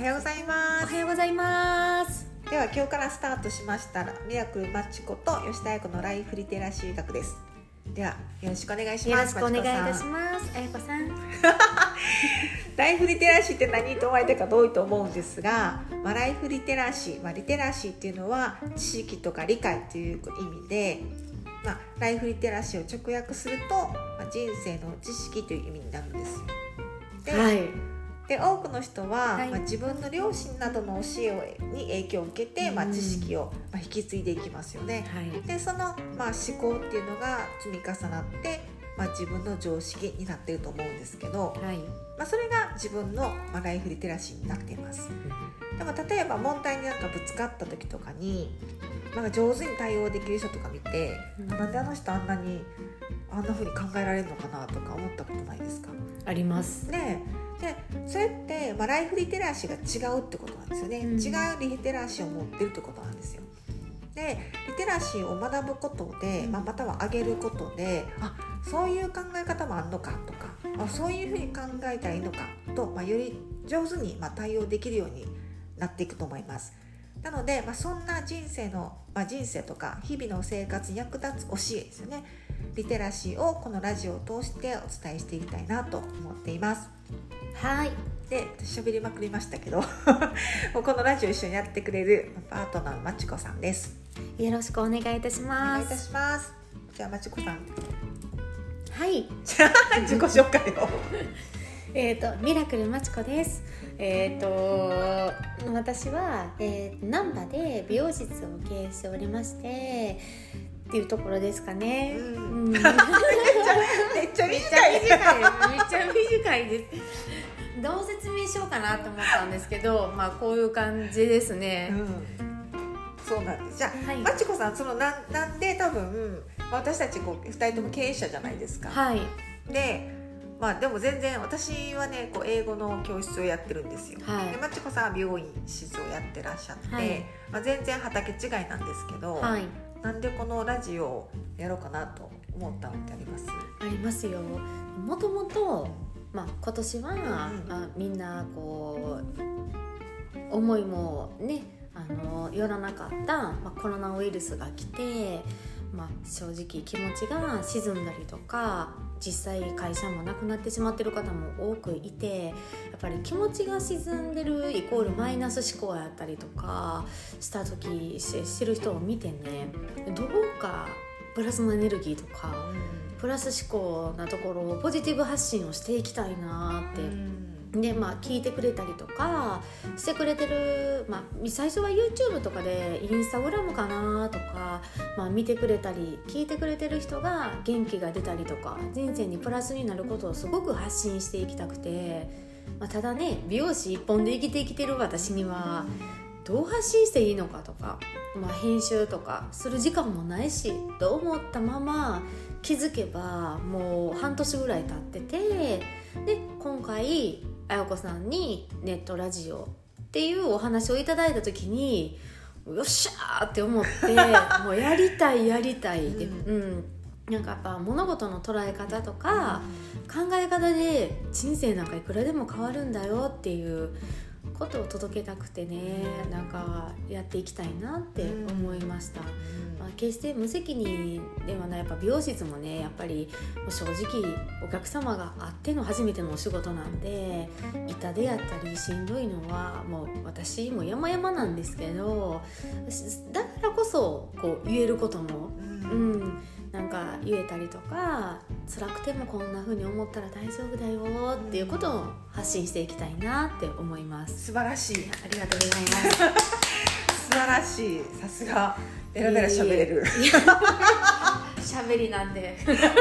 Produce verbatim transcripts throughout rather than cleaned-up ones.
ようございます。 おはようございます。 では今日からスタートしましたミラクルまちこと吉田彩子のライフリテラシー学です。ではよろしくお願いします。 よろしくお願いいたします。彩子さんライフリテラシーって何と思われたか遠いと思うんですが、まあ、ライフリテラシー、まあ、リテラシーっていうのは知識とか理解という意味で、まあ、ライフリテラシーを直訳すると、まあ、人生の知識という意味になるんですよ。で、 はい、 で多くの人は、 はい、 まあ、自分の両親などの教えに影響を受けて、まあ、知識を、まあ、引き継いでいきますよね。 はい、 でその、まあ、思考っていうのが積み重なって、まあ、自分の常識になっていると思うんですけど、 はい、 まあ、それが自分の、まあ、ライフリテラシーになっています。でも例えば問題になんかぶつかった時とかになんか上手に対応できる人とか見て、うん、なんであの人あんなにあんな風に考えられるのかなとか思ったことないですか？ ありますね。でそれって、まあ、ライフリテラシーが違うってことなんですよね、うん、違うリテラシーを持ってるってことなんですよ。でリテラシーを学ぶことで、うんまあ、または上げることで、あそういう考え方もあるのかとか、あそういうふうに考えたらいいのかと、まあ、より上手に、まあ、対応できるようになっていくと思います。なので、まあ、そんな人生の、まあ、人生とか日々の生活に役立つ教えですよね、リテラシーをこのラジオを通してお伝えしていきたいなと思っています。 はい。 で私喋りまくりましたけどこのラジオ一緒にやってくれるパートナーのまちこさんです。 よろしくお願いいたします。 お願いいたします。じゃあまちこさんはい自己紹介をえっとミラクルまちこです。えっ、ー、と私は、えー、難波で美容室を経営しておりましてっていうところですかね。うんうん、めっちゃめっちゃ短いめっちゃ短いめっちゃ短いです。どう説明しようかなと思ったんですけど、まあこういう感じですね。 うん、そうなんです。じゃあ、 はい、 まちこさんそのななんで多分私たちこうふたりとも経営者じゃないですか。 はい。 で。まあ、でも全然私はねこう英語の教室をやってるんですよ、 はい、 でまちこさんは病院室をやってらっしゃって、 はいまあ、全然畑違いなんですけど、 はい、 なんでこのラジオをやろうかなと思ったのってあります？ ありますよ。もともと、まあ、今年は、うんあみんなこう思いもねあのよらなかった、まあ、コロナウイルスが来て、まあ、正直気持ちが沈んだりとか実際会社もなくなってしまってる方も多くいて、やっぱり気持ちが沈んでるイコールマイナス思考やったりとかした時してる人を見てね、どうかプラスのエネルギーとか、うん、プラス思考なところをポジティブ発信をしていきたいなって、うんでまあ、聞いてくれたりとかしてくれてる、まあ、最初は YouTube とかでインスタグラムかなとか、まあ、見てくれたり聞いてくれてる人が元気が出たりとか人生にプラスになることをすごく発信していきたくて、まあ、ただね美容師一本で生きて生きてる私にはどう発信していいのかとか、まあ、編集とかする時間もないしと思ったまま気づけばもう半年ぐらい経ってて、で今回あやこさんにネットラジオっていうお話をいただいた時によっしゃーって思ってもうやりたいやりたいで、うんうん、なんかやっぱ物事の捉え方とか、うん、考え方で人生なんかいくらでも変わるんだよっていうことを届けたくてね、なんかやっていきたいなって思いました、うんまあ、決して無責任ではない。やっぱ美容室もねやっぱり正直お客様があっての初めてのお仕事なんで、痛手やったりしんどいのはもう私も山々なんですけど、だからこそこう言えることも、うん、うん、なんか言えたりとか、辛くてもこんな風に思ったら大丈夫だよっていうことを発信していきたいなって思います。 素晴らしい、 ありがとうございます素晴らしい、さすがベラベラ喋れる喋りなんで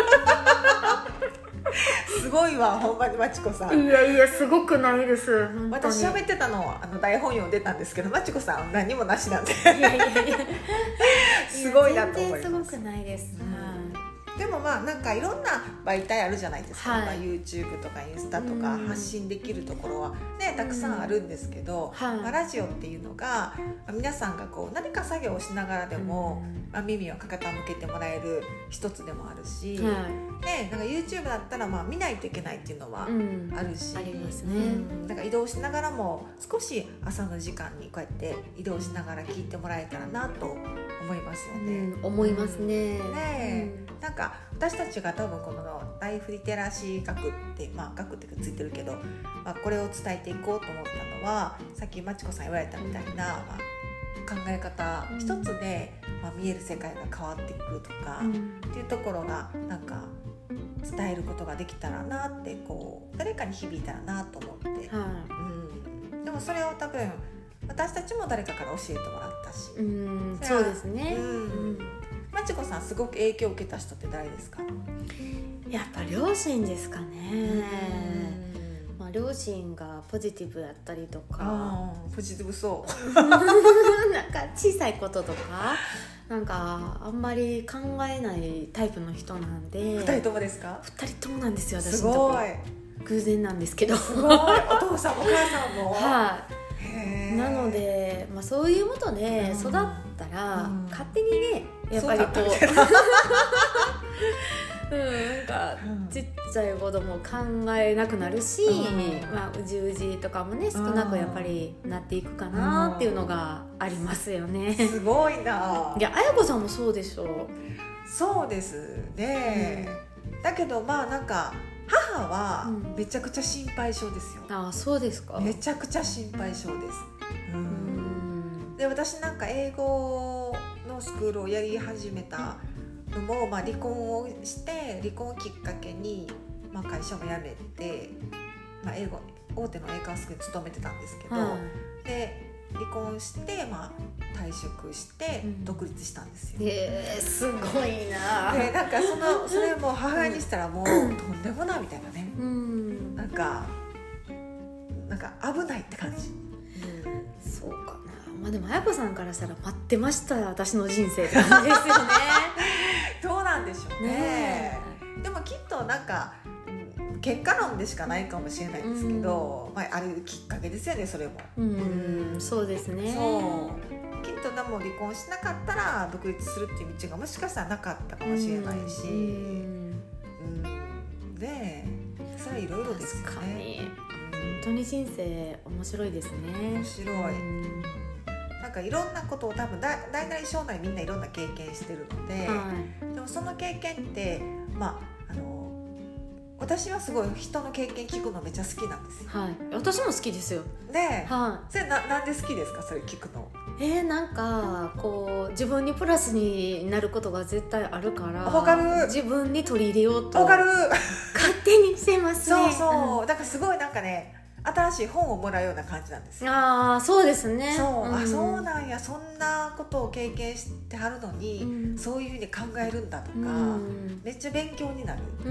すごいわ、ほんまにまちこさん。 いやいやすごくないです。 私喋ってたのあの台本読んでたんですけど、まちこさん何もなしなんでいやいやいやすごいなと思います。 全然すごくないです、 うん、 でもまあなんかいろんな媒体あるじゃないですか、 はい、 まあ、YouTube とかインスタとか発信できるところはねたくさんあるんですけど、 はい、 まあ、ラジオっていうのが皆さんがこう何か作業をしながらでも、まあ、耳を傾けてもらえる一つでもあるし、 はいね、なんか YouTube だったらまあ見ないといけないっていうのはあるし、 うん、ありますね、 うん、だから移動しながらも少し朝の時間にこうやって移動しながら聞いてもらえたらなと思いますよね、 うん、思いますね、 うん、ね、うん、なんか私たちが多分このライフリテラシー学って、まあ、学ってついてるけど、まあ、これを伝えていこうと思ったのはさっきまちこさん言われたみたいな、まあ、考え方一つで、まあ、見える世界が変わってくるとか、うん、っていうところがなんか伝えることができたらなってこう誰かに響いたらなと思って、 はい、 うん、でもそれを多分私たちも誰かから教えてもらったし、 うん、そうですね、 うんうん、まちこさんすごく影響を受けた人って誰ですか？ やっぱ両親ですかね、まあ、両親がポジティブやったりとか、 あポジティブそうなんか小さいこととかなんかあんまり考えないタイプの人なんで。 ふたりともですか？ ふたりともなんですよ、私のとこ。すごい偶然なんですけど、 すごいお父さんお母さんもはい、なので、まあ、そういうもとで育ったら、うん、勝手にねやっぱりこううん、なんかちっちゃい子供考えなくなるし、うん、まあ、うじうじとかもね少なくやっぱりなっていくかなっていうのがありますよね、うん、 すごいな。 いや、あやこさんもそうでしょう？ そうですね、うん、だけどまあなんか母はめちゃくちゃ心配性ですよ、 うん、ああ、そうですか。 めちゃくちゃ心配性です、うんうん、で私なんか英語のスクールをやり始めたのも、まあ、離婚をして離婚をきっかけに、まあ、会社も辞めて、まあ、英語大手の英会話スクールに勤めてたんですけど、うん、で離婚して、まあ、退職して独立したんですよ、 うん、えー、すごいな。 でなんかそのそれも母親にしたらもう、うん、とんでもないみたいなね、うん、なんかなんか危ないって感じ、 うん、そうかな。まあ、でもあやこさんからしたら待ってました私の人生って感じですよねどうなんでしょう ね, ねでもきっとなんか結果論でしかないかもしれないんですけど、うん、まあ、あるきっかけですよねそれも、 うん、うん、そうですね。 そうきっとでも離婚しなかったら独立するっていう道がもしかしたらなかったかもしれないし、うん、うん、でそれはいろいろですよね。 確かに本当に人生面白いですね。 面白い、うん、なんかいろんなことを多分大なり小なりみんないろんな経験してるので、はい、でもその経験ってまあ私はすごい人の経験聞くのめっちゃ好きなんですよ。 はい、私も好きですよ。 で、 はい、 それななんで好きですか？それ聞くの。 えー、なんかこう自分にプラスになることが絶対あるから、 わかる。 自分に取り入れようとわかる勝手にしてますね。 そうそう、うん、だからすごいなんかね新しい本をもらうような感じなんですよ。 ああ、そうですね。 そう、うん、あ、そうなんや、そんなことを経験してはるのに、うん、そういうふうに考えるんだとか、うん、めっちゃ勉強になる、うん、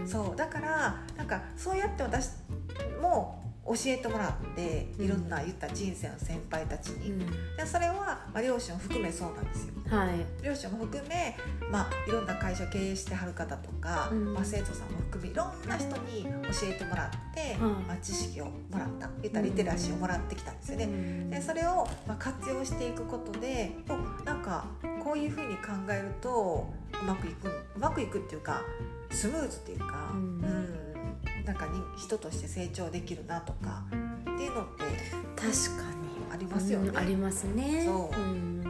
そうだからなんかそうやって私も教えてもらっていろんな言った人生の先輩たちに、うん、でそれは、まあ、両親を含めそうなんですよ、はい、両親も含め、まあ、いろんな会社を経営してはる方とか、うんまあ、生徒さんも含めいろんな人に教えてもらって、うんまあ、知識をもらった言ったリテラシーをもらってきたんですよね、うん、でそれを、まあ、活用していくことでおなんかこういうふうに考えるとうまくいくうまくいくっていうかスムーズっていうか、うんうんなんかに人として成長できるなとかっていうのって確かにありますよね、 うん、ありますね。そう、うん、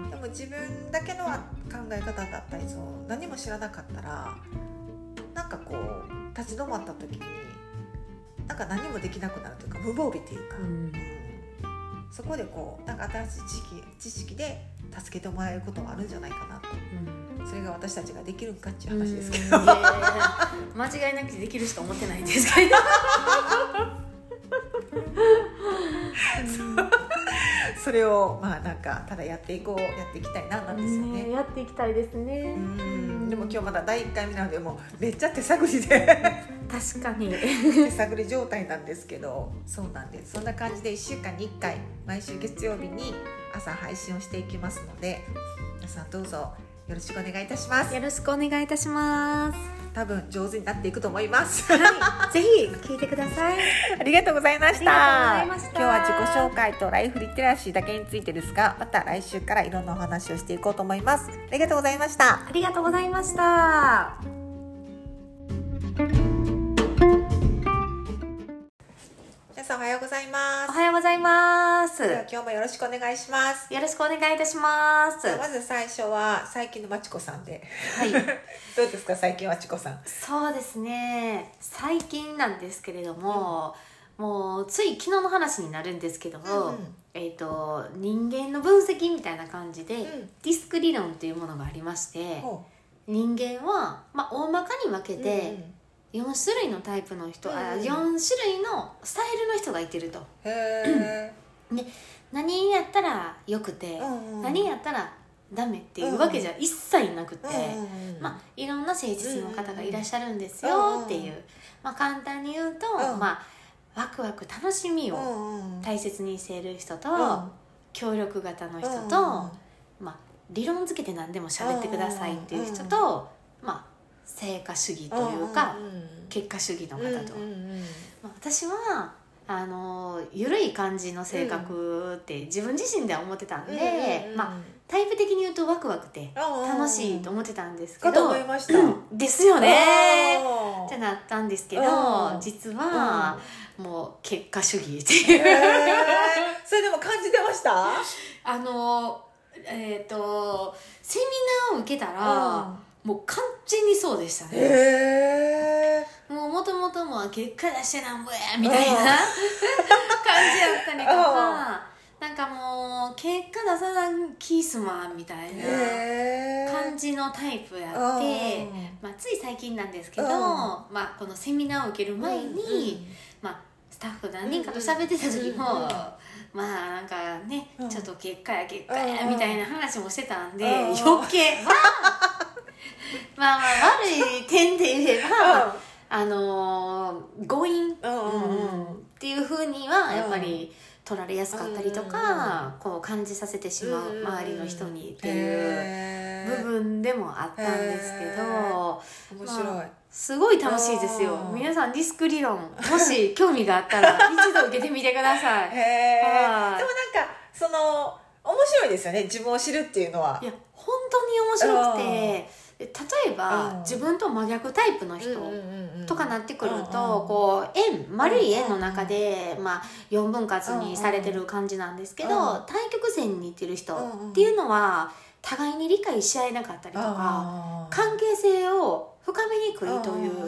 でも自分だけの考え方だったりそう何も知らなかったらなんかこう立ち止まった時になんか何もできなくなるというか無防備っていうか、うんうん、そこでこうなんか新しい知識、知識で助けてもらえることもあるんじゃないかなと、うん、それが私たちができるんかっていう話ですけど、うん、いやいや間違いなくできるしか思ってないんですけどそれをまあなんかただやっていこうやっていきたいななんですよね、 ねやっていきたいですね。 うんでも今日まだだいいっかいめなのでもうめっちゃ手探りで確かに手探り状態なんですけどそうなんです。そんな感じでいっしゅうかんにいっかい毎週月曜日に朝配信をしていきますので皆さんどうぞよろしくお願いいたします。 よろしくお願いいたします。 多分上手になっていくと思います。 はい、ぜひ聞いてください。 ありがとうございました。 ありがとうございました。 今日は自己紹介とライフリテラシーだけについてですが、また来週からいろんなお話をしていこうと思います。ありがとうございました。 ありがとうございました。 皆さんおはようございます。 おはようございます。 では今日もよろしくお願いします。 よろしくお願いいたします。 まず最初は最近のまちこさんで、 はい。 どうですか最近まちこさん。 そうですね。最近なんですけれども、うん、もうつい昨日の話になるんですけども、うんうん、えっと人間の分析みたいな感じで、うん、ディスク理論というものがありまして、うん、人間はまあ大まかに分けて。うんうん、よん種類のタイプの人、うん、あよん種類のスタイルの人がいてると。へで何やったらよくて、うんうん、何やったらダメっていうわけじゃ一切なくて、うんうん、まあ、いろんな性質の方がいらっしゃるんですよっていう、まあ、簡単に言うと、うん、まあ、ワクワク楽しみを大切にしている人と、うん、協力型の人と、うん、まあ、理論付けて何でも喋ってくださいっていう人と、まあ成果主義というか、うんうん、結果主義の方と、うんうんうん、まあ、私はあの緩い感じの性格って自分自身では思ってたんで、うんうんうん、まあ、タイプ的に言うとワクワクて楽しいと思ってたんですけど、 かと思いました、 うん、ですよねってなったんですけど、実はもう結果主義っていう、えー、それでも感じてました？ あのえっ、ー、とセミナーを受けたら、もう完全にそうでしたね。へー、もうもともとも結果出してなんぼやみたいな感じだったりとか、なんかもう結果出さなキースマンみたいな感じのタイプやって、まあ、つい最近なんですけど、まあ、このセミナーを受ける前に、うんうん、まあ、スタッフ何人かと喋ってた時も、うんうん、まあなんかね、うん、ちょっと結果や結果やみたいな話もしてたんで、余計まあまあ悪い点で言えば、うん、あのー、強引、うんうん、っていう風にはやっぱり取られやすかったりとか、うん、こう感じさせてしまう、うん、周りの人にっていう部分でもあったんですけど、 面白い、まあ、 すごい楽しいですよ。皆さんディスク理論もし興味があったら一度受けてみてください。 へー、でもなんかその面白いですよね、自分を知るっていうのは。 いや本当に面白くて、例えば、うん、自分と真逆タイプの人とかなってくると、うんうんうん、こう円丸い円の中で、うんうん、まあ、よんぶん割にされてる感じなんですけど、うんうん、対極線にいってる人っていうのは互いに理解し合えなかったりとか、関係性を深めにくいという、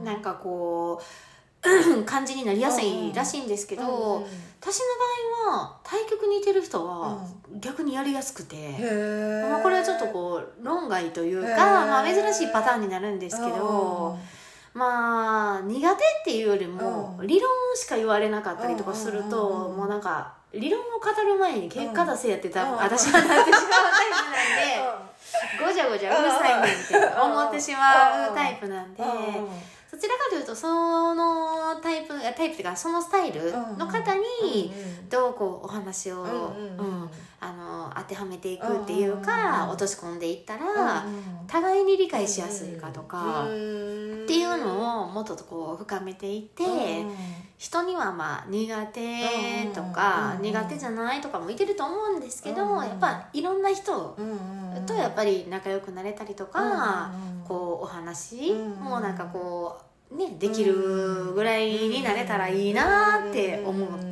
なんかこう感じになりやすいらしいんですけど、うんうん、私の場合は対極に似てる人は逆にやりやすくて、うん、まあ、これはちょっとこう論外というか、まあ、珍しいパターンになるんですけど、まあ苦手っていうよりも理論しか言われなかったりとかすると、もうなんか理論を語る前に結果出せやってた、私はなってしまうタイプなんで、ごじゃごじゃうるさいねんって思ってしまうタイプなんで、どちらかというとそのタイプタイプっていうかそのスタイルの方にどうこうお話を、うんうん、あの当てはめていくっていうか、落とし込んでいったら互いに理解しやすいかとかっていうのをもっとこう深めていって、人にはまあ苦手とか苦手じゃないとかもいてると思うんですけど、やっぱいろんな人とやっぱり仲良くなれたりとか、こうお話もなんかこうね、できるぐらいになれたらいいなって思って、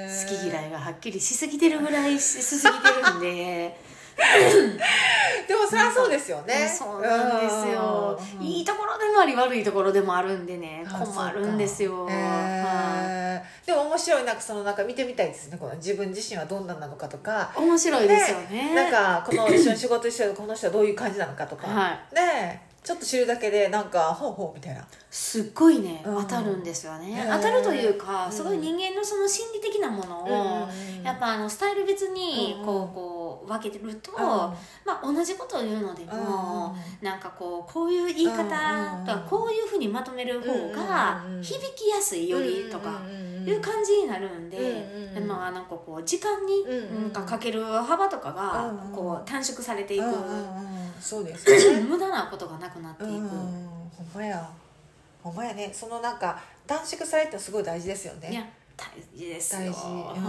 好き嫌いがはっきりしすぎてるぐらいしすぎてるんででもそりゃそうですよね。 そうなんですよ。いいところでもあり悪いところでもあるんでね、困るんですよ。 でも面白い、なんかそのなんか見てみたいですね、この自分自身はどんななのかとか。 面白いですよね。 なんかこの一緒に仕事してるこの人はどういう感じなのかとか、はい、ねえちょっと知るだけでなんかほうほうみたいな、 すっごいね、うん、当たるんですよね。当たるというか、すごい人間のその心理的なものを、うん、やっぱあのスタイル別にこうこう分けてると、 うんまあ、同じことを言うのでも、うん、なんかこうこういう言い方とか、こういうふうにまとめる方が響きやすいよりとかいう感じになるんで、でまあ、なんかこう時間になんかかける幅とかがこう短縮されていく、 そうですね、 無駄なことがなくなっていく。 ほんまやほんまやね。そのなんか短縮されるってすごい大事ですよね。 いや大事ですよ。 大事、うん、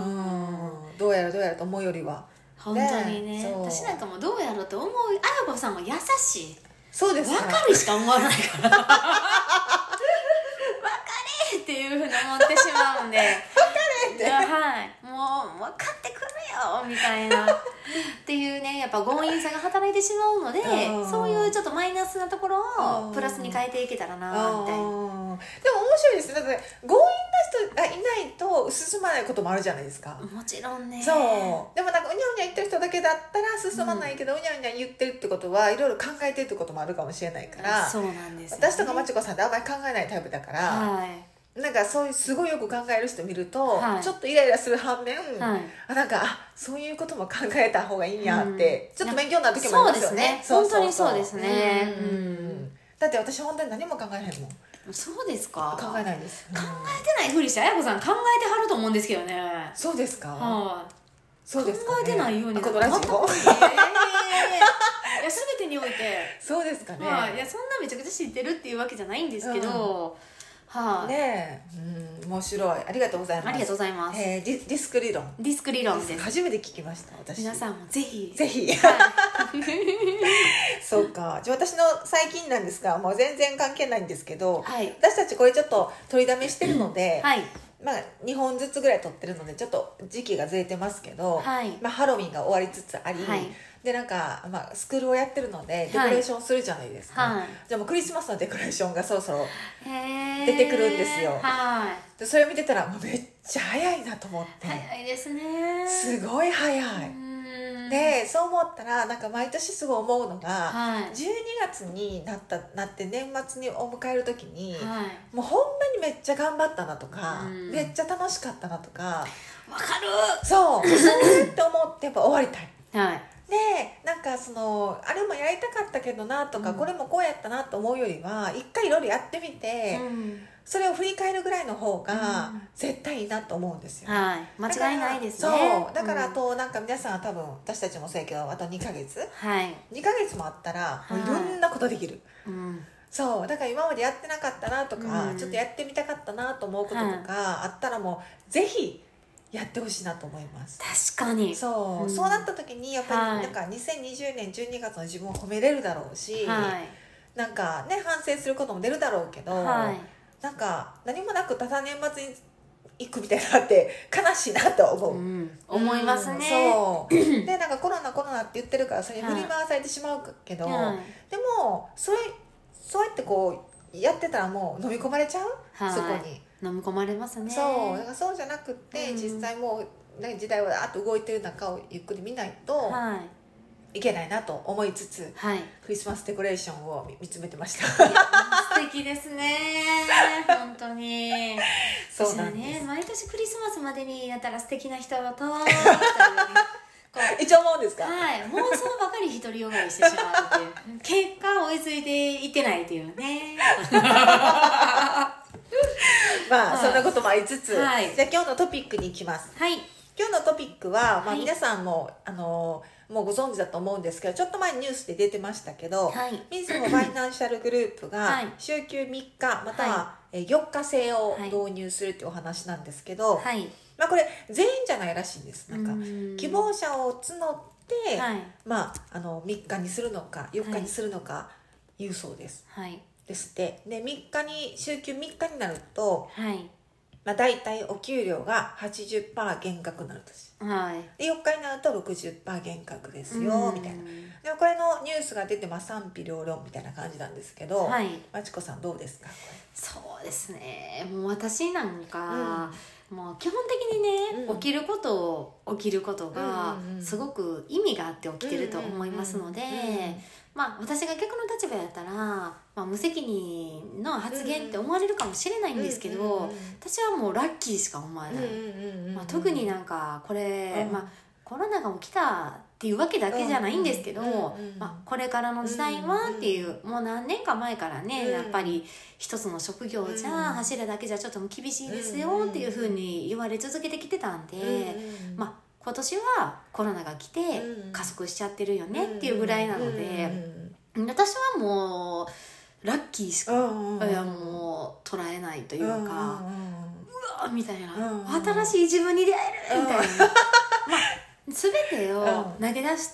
どうやらどうやらと思うよりは本当にね、ね、私なんかもどうやろうと思う。あやこさんも優しい。 そうですか。 分かるしか思わないから分かれっていうふうに思ってしまうんで分かれってはい、もう分かってくれよみたいなっていうね、やっぱ強引さが働いてしまうので、そういうちょっとマイナスなところをプラスに変えていけたらなみたいな。でも面白いですね。だって強引な人がいないと進まないこともあるじゃないですか。 もちろんね。 そうでもなんかうにゃうにゃ言ってる人だけだったら進まないけど、うん、うにゃうにゃ言ってるってことはいろいろ考えてるってこともあるかもしれないから、 そうなんですよね、 私とかまちこさんってあんまり考えないタイプだから、はい、なんかそういうすごいよく考える人見ると、はい、ちょっとイライラする反面、はい、あなんかあそういうことも考えた方がいいんやって、うん、ちょっと勉強になる時もありますよね。 そうですね、本当にそうですね。 うん、うん、だって私本当に何も考えへんもん。 そうですか。 考えないです、うん、 考えてないふりしてあやこさん考えてはると思うんですけどね。 そうですか。 はい、 そうですか、ね、 考えてないようにこのラジオいや全てにおいてそうですかね、 はい、いやそんなめちゃくちゃ知ってるっていうわけじゃないんですけど、うんはあ、 ねえ、うん、面白い。ありがとうございます。 ありがとうございます。 えー、ディディスク理論。 ディスク理論です。 初めて聞きました。私。 皆さんもぜひぜひ。はい、そうか。じゃあ私の最近なんですが、もう全然関係ないんですけど、はい、私たちこれちょっと取りだめしてるので、はい、まあにほんずつぐらい取ってるのでちょっと時期がずれてますけど、はい、まあハロウィンが終わりつつあり。はい、でなんか、まあ、スクールをやってるのでデコレーションするじゃないですか、はい、じゃあもうクリスマスのデコレーションがそろそろ出てくるんですよ。はい、でそれを見てたらもうめっちゃ早いなと思って。 早いですね。 すごい早い。でそう思ったらなんか毎年すごい思うのが、はい、じゅうにがつになったなって年末にお迎える時に、はい、もうほんまにめっちゃ頑張ったなとか、めっちゃ楽しかったなとか。 わかる。 そうそうやって思ってやっぱ終わりたい。はい、でなんかそのあれもやりたかったけどなとか、うん、これもこうやったなと思うよりは一回いろいろやってみて、うん、それを振り返るぐらいの方が絶対いいなと思うんですよ、 はい、間違いないですね。 そうだからあとなんか皆さんは多分私たちもそうやけどあとにかげつ、はい、にかげつもあったらもういろんなことできる、はい、うん、そうだから今までやってなかったなとか、うん、ちょっとやってみたかったなと思うこととかあったらもうぜひやってほしいなと思います。 確かにそう、うん、そうなった時にやっぱりなんかにせんにじゅうねんじゅうにがつの自分を褒めれるだろうし、はい、なんかね反省することも出るだろうけど、はい、なんか何もなくただ年末に行くみたいなって悲しいなと思う、うん、 思いますね、うん、 そうでなんかコロナコロナって言ってるからそれに振り回されてしまうけど、はい、でもそれそうやってこうやってたらもう飲み込まれちゃう、はい、そこに飲み込まれますね。 そうだからそうじゃなくって、うん、実際もう、ね、時代はあっと動いてる中をゆっくり見ないと、はい、いけないなと思いつつ、はい、クリスマスデコレーションを見つめてました。 素敵ですね本当に。そうなんですね。毎年クリスマスまでにやったら素敵な人と一応思うんですか。 はい、妄想ばかり独りよがりしてしまうっていう結果追いついていってないっていうねまあ、はい、そんなこともありつつ、はい、じゃあ今日のトピックに行きます。はい、今日のトピックは、まあ、皆さんも、はい、あのもうご存知だと思うんですけどちょっと前にニュースで出てましたけど、はい、みずほファイナンシャルグループが週休みっかまたはよっか制を導入するっていうお話なんですけど、はい、まあ、これ全員じゃないらしいんです。なんか希望者を募って、はい、まあ、あのみっかにするのかよっかにするのかいうそうです、はい、ですってでみっかに週休みっかになると、はい、まあ、大体お給料が はちじゅっパーセント 減額になるとし、はい、でよっかになると ろくじゅっパーセント 減額ですよみたいな。でもこれのニュースが出て、まあ、賛否両論みたいな感じなんですけど、はい、まちこさんどうですかこれ。 そうですね、もう私なんか、うん、もう基本的にね、うん、起きること起きることがすごく意味があって起きてると思いますので、まあ私が逆の立場やったら、まあ、無責任の発言って思われるかもしれないんですけど、私はもうラッキーしか思わない、まあ、特になんかこれ、うん、まあ、コロナが起きたっていうわけだけじゃないんですけど、 うんうんうんまあ、これからの時代はっていう、 うんもう何年か前からね、 うんやっぱり一つの職業じゃ、 うん走るだけじゃちょっと厳しいですよっていうふうに言われ続けてきてたんで、 うんまあ今年はコロナが来て加速しちゃってるよねっていうぐらいなので、私はもうラッキーしか、 うんうん、 いやもう捉えないというか、 うんうんうん、 うわみたいな、 うんうん、 新しい自分に出会えるみたいな、うん、まあ全てを投げ出して、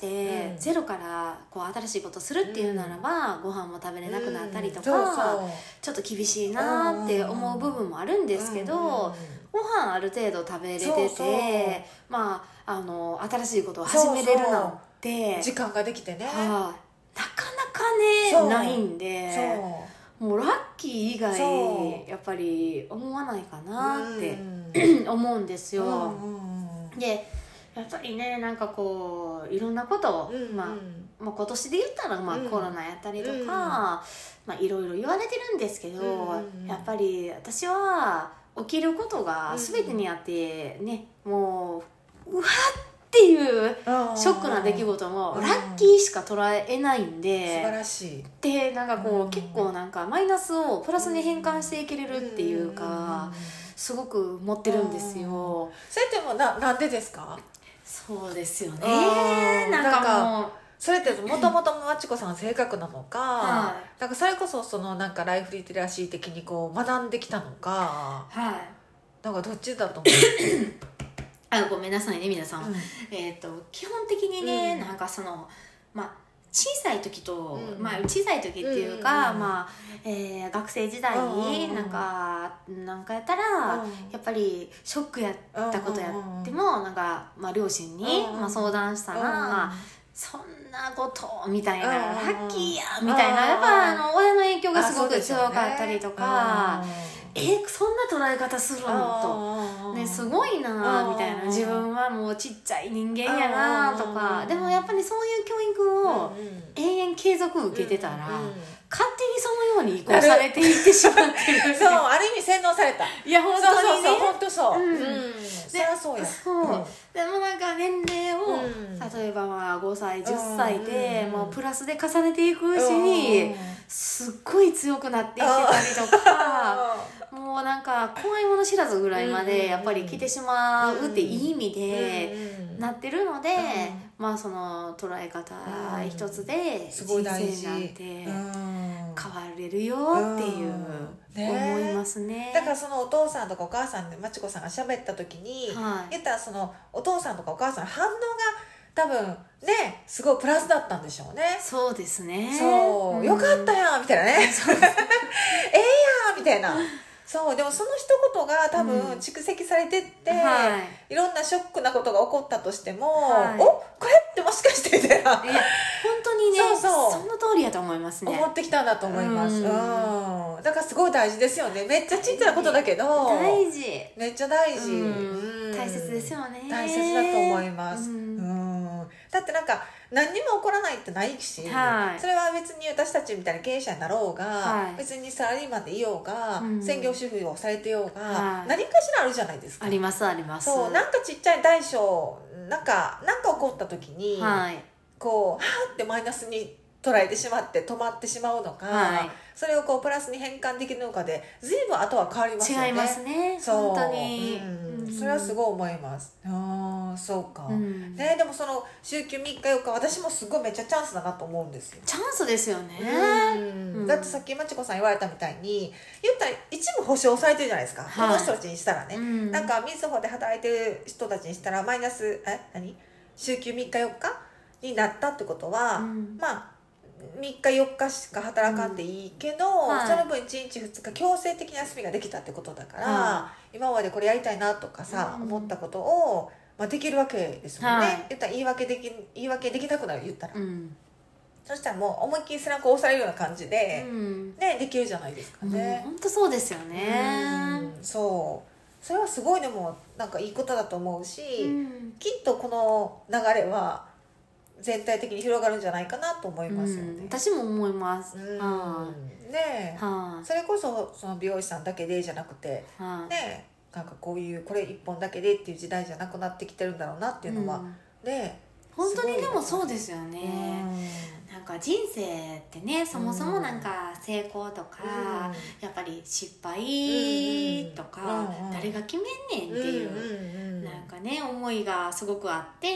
うん、ゼロからこう新しいことをするっていうならば、うん、ご飯も食べれなくなったりとか、うん、そうそうちょっと厳しいなって思う部分もあるんですけど、うんうん、ご飯ある程度食べれてて、そうそうまあ、あの新しいことを始めれるなんて、 そうそう時間ができてね、 はあ、なかなかねないんで、 そうもうラッキー以外やっぱり思わないかなって、うん、思うんですよ、うんうん、でやっぱりねなんかこういろんなことを、うんうんまあ、まあ今年で言ったらまあコロナやったりとか、うんまあ、いろいろ言われてるんですけど、うんうん、やっぱり私は起きることが全てにあってね、うん、もううわっていうショックな出来事もラッキーしか捉えないんで、 素晴らしいでなんかこう、うん、結構なんかマイナスをプラスに変換していけれるっていうか、うん、すごく持ってるんですよ。 それってもななんでですか？ そうですよね。なんかもうそれってもともとまちこさんの性格なのか、はい、なんかそれこそそのなんかライフリテラシー的にこう学んできたのか、 はい、 なんかどっちだと思う？ あごめんなさいね皆さん、 うん、 えー、と基本的にね、うん、なんかそのまあ小さい時と、うんまあ、小さい時っていうか、うんまあえー、学生時代になんか、なんかやったら、うん、やっぱりショックやったことやっても、うんなんかまあ、両親に、うんまあ、相談したら、うん、そんなことみたいな、うん、ラッキーやみたいな、やっぱあの親の影響がすごく強かったりとか、えー、そんな捉え方するのと、ね、すごいなみたいな、自分はもうちっちゃい人間やなとか、でもやっぱりそういう教育を永遠継続受けてたら、勝手にそのように移行されていってしまってるそうある意味洗脳された。 いや本当にね、 本当そう、うんうん、 そりゃそうやそう、うん、でもなんか年齢を、うん、例えばまあごさいじゅっさいで、うん、もうプラスで重ねていくうちに、うん、すっごい強くなっていってたりとかもうなんか怖いもの知らずぐらいまでやっぱり来てしまうっていい意味でなってるので、うん、まあその捉え方一つで人生なんて変われるよっていう、ね、思いますね。 だからそのお父さんとかお母さんでまちこさんが喋った時に、はい、言ったらそのお父さんとかお母さんの反応が多分ねすごいプラスだったんでしょうね。 そうですね。 そう、うん、よかったやんみたいなねええやんみたいなそうでもその一言が多分蓄積されてって、うんはい、いろんなショックなことが起こったとしても、はい、おこれってもしかしてみたいな本当にねそうそうその通りやと思いますね。 思ってきたんだと思います、うんうん、だからすごい大事ですよね。めっちゃちっちゃなことだけど大事めっちゃ大事、 うんうん、大切ですよね。 大切だと思います、うんうん、だってなんか何にも起こらないってないし、はい、それは別に私たちみたいな経営者になろうが、はい、別にサラリーマンでいようが、うん、専業主婦をされてようが、はい、何かしらあるじゃないですか。 ありますあります。 そうなんかちっちゃい大小なんかなんか起こった時に、はい、こうはーってマイナスに捉えてしまって止まってしまうのか、はい、それをこうプラスに変換できるのかで随分後は変わりますよね。 違いますね本当に、 うんうん、それはすごい思います。ああそうか、うんね、でもその週休みっかよっか私もすごいめっちゃチャンスだなと思うんですよ。 チャンスですよね、 うんうん、だってさっきまちこさん言われたみたいに言ったら一部保証されてるじゃないですか、はい、この人たちにしたらね、うん、なんかみずほで働いてる人たちにしたらマイナスえ何週休みっかよっかになったってことは、うん、まあみっかよっかしか働かんでいいけど、うんはい、その分いちにちふつか強制的な休みができたってことだから、はい、今までこれやりたいなとかさ、うん、思ったことを、まあ、できるわけですもんね、はい、言ったら言い訳でき言い訳できなくなる言ったら、うん、そしたらもう思いっきり背中を押されるような感じで、うんね、できるじゃないですかね。 本当そうですよね。 うんそうそれはすごいでもなんかいいことだと思うし、うん、きっとこの流れは全体的に広がるんじゃないかなと思いますよね、うん、 私も思います、 うんはあ、ねえ、はあ、それこそその美容師さんだけでじゃなくて、はあ、ねえなんかこういうこれ一本だけでっていう時代じゃなくなってきてるんだろうなっていうのは、うん、ね本当にでもそうですよね。なんか人生ってね、そもそもなんか成功とか、うん、やっぱり失敗とか、うん、誰が決めんねんっていう、うん、なんかね思いがすごくあって、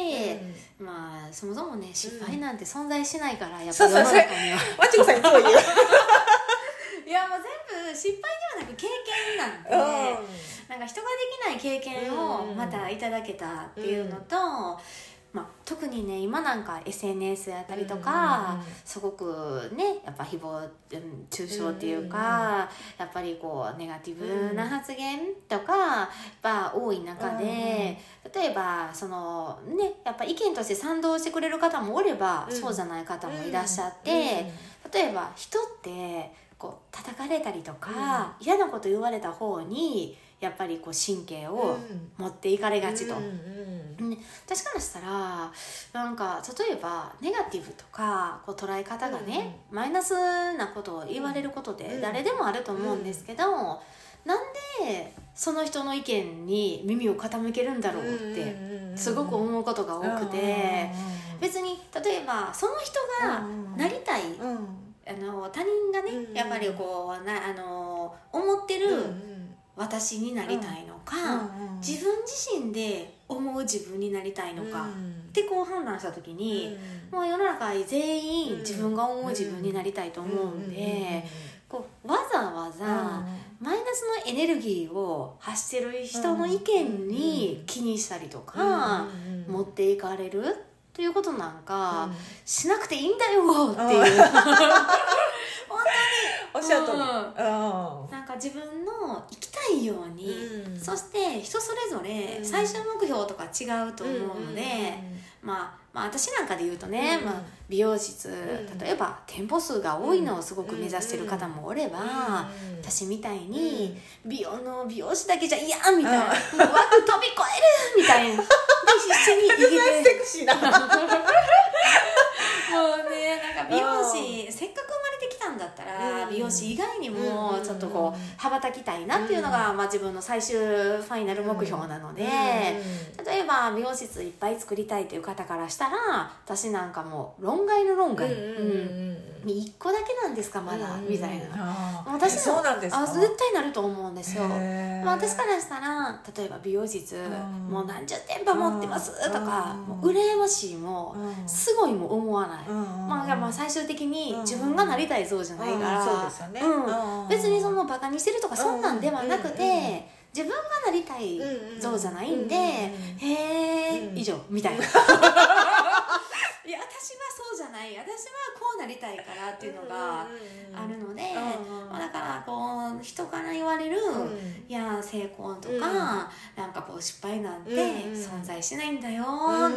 うん、まあそもそもね失敗なんて存在しないから、やっぱ世の中にはマチコさんいつも言ういやもう全部失敗ではなく経験なんで、うん、なんか人ができない経験をまたいただけたっていうのと、うんまあ、特にね今なんか エスエヌエス やったりとか、うんうんうん、すごくねやっぱ誹謗中傷っていうか、うんうんうん、やっぱりこうネガティブな発言とかやっぱ多い中で、うんうん、例えばそのねやっぱ意見として賛同してくれる方もおれば、うん、そうじゃない方もいらっしゃって、うんうん、例えば人ってこう叩かれたりとか、うん、嫌なこと言われた方にやっぱりこう神経を持っていかれがちと、うんうんうん、私からしたらなんか例えばネガティブとかこう捉え方がね、うん、マイナスなことを言われることで誰でもあると思うんですけど、うん、なんでその人の意見に耳を傾けるんだろうってすごく思うことが多くて、別に例えばその人がなりたい、うんうん、あの他人がね、うんうん、やっぱりこうなあの思ってる、うんうん私になりたいのか、うんうん、自分自身で思う自分になりたいのか、うん、ってこう判断した時に、うん、もう世の中全員自分が思う自分になりたいと思うんで、こうわざわざマイナスのエネルギーを発してる人の意見に気にしたりとか、うん、持っていかれるっていうことなんか、うん、しなくていいんだよっていう。本当におっしゃる通り、うん、 なんか自分の生きたいように、うん、そして人それぞれ最終目標とか違うと思うので、うん、まあ、まあ私なんかで言うとね、うんまあ、美容室、うん、例えば店舗数が多いのをすごく目指してる方もおれば、うん、私みたいに美容の美容師だけじゃ嫌みたいな、うん、もう枠飛び越えるみたいなで必死に生きてセクシーなもうねなんか美容師せっかく生まれてきたんだったら、うん、美容師以外にもちょっとこう羽ばたきたいなっていうのが、うんまあ、自分の最終ファイナル目標なので、うん、例えば美容室いっぱい作りたいという方からしたら私なんかもう論外の論外、うんうん、いっこだけなんですかまだ、うん、みたいな私もそうなんですか？ あ絶対なると思うんですよ、まあ、私からしたら例えば美容室、うん、もう何十店舗持ってますとか、うん、もう羨ましいも、うん、すごいも思わない、うんまあ、まあ最終的に自分がなりたい像じゃないから、うんそうですよねうん、別にそのバカにしてるとかそんなんではなくて、うんうんうん、自分がなりたい像じゃないんで、うんうん、へえ、うん、以上みたいないや私はそうじゃない私はこうなりたいからっていうのがあるので、うんうん、だからこう人から言われる、うん、いや成功とか、うん、なんかこう失敗なんて存在しないんだよ、うん、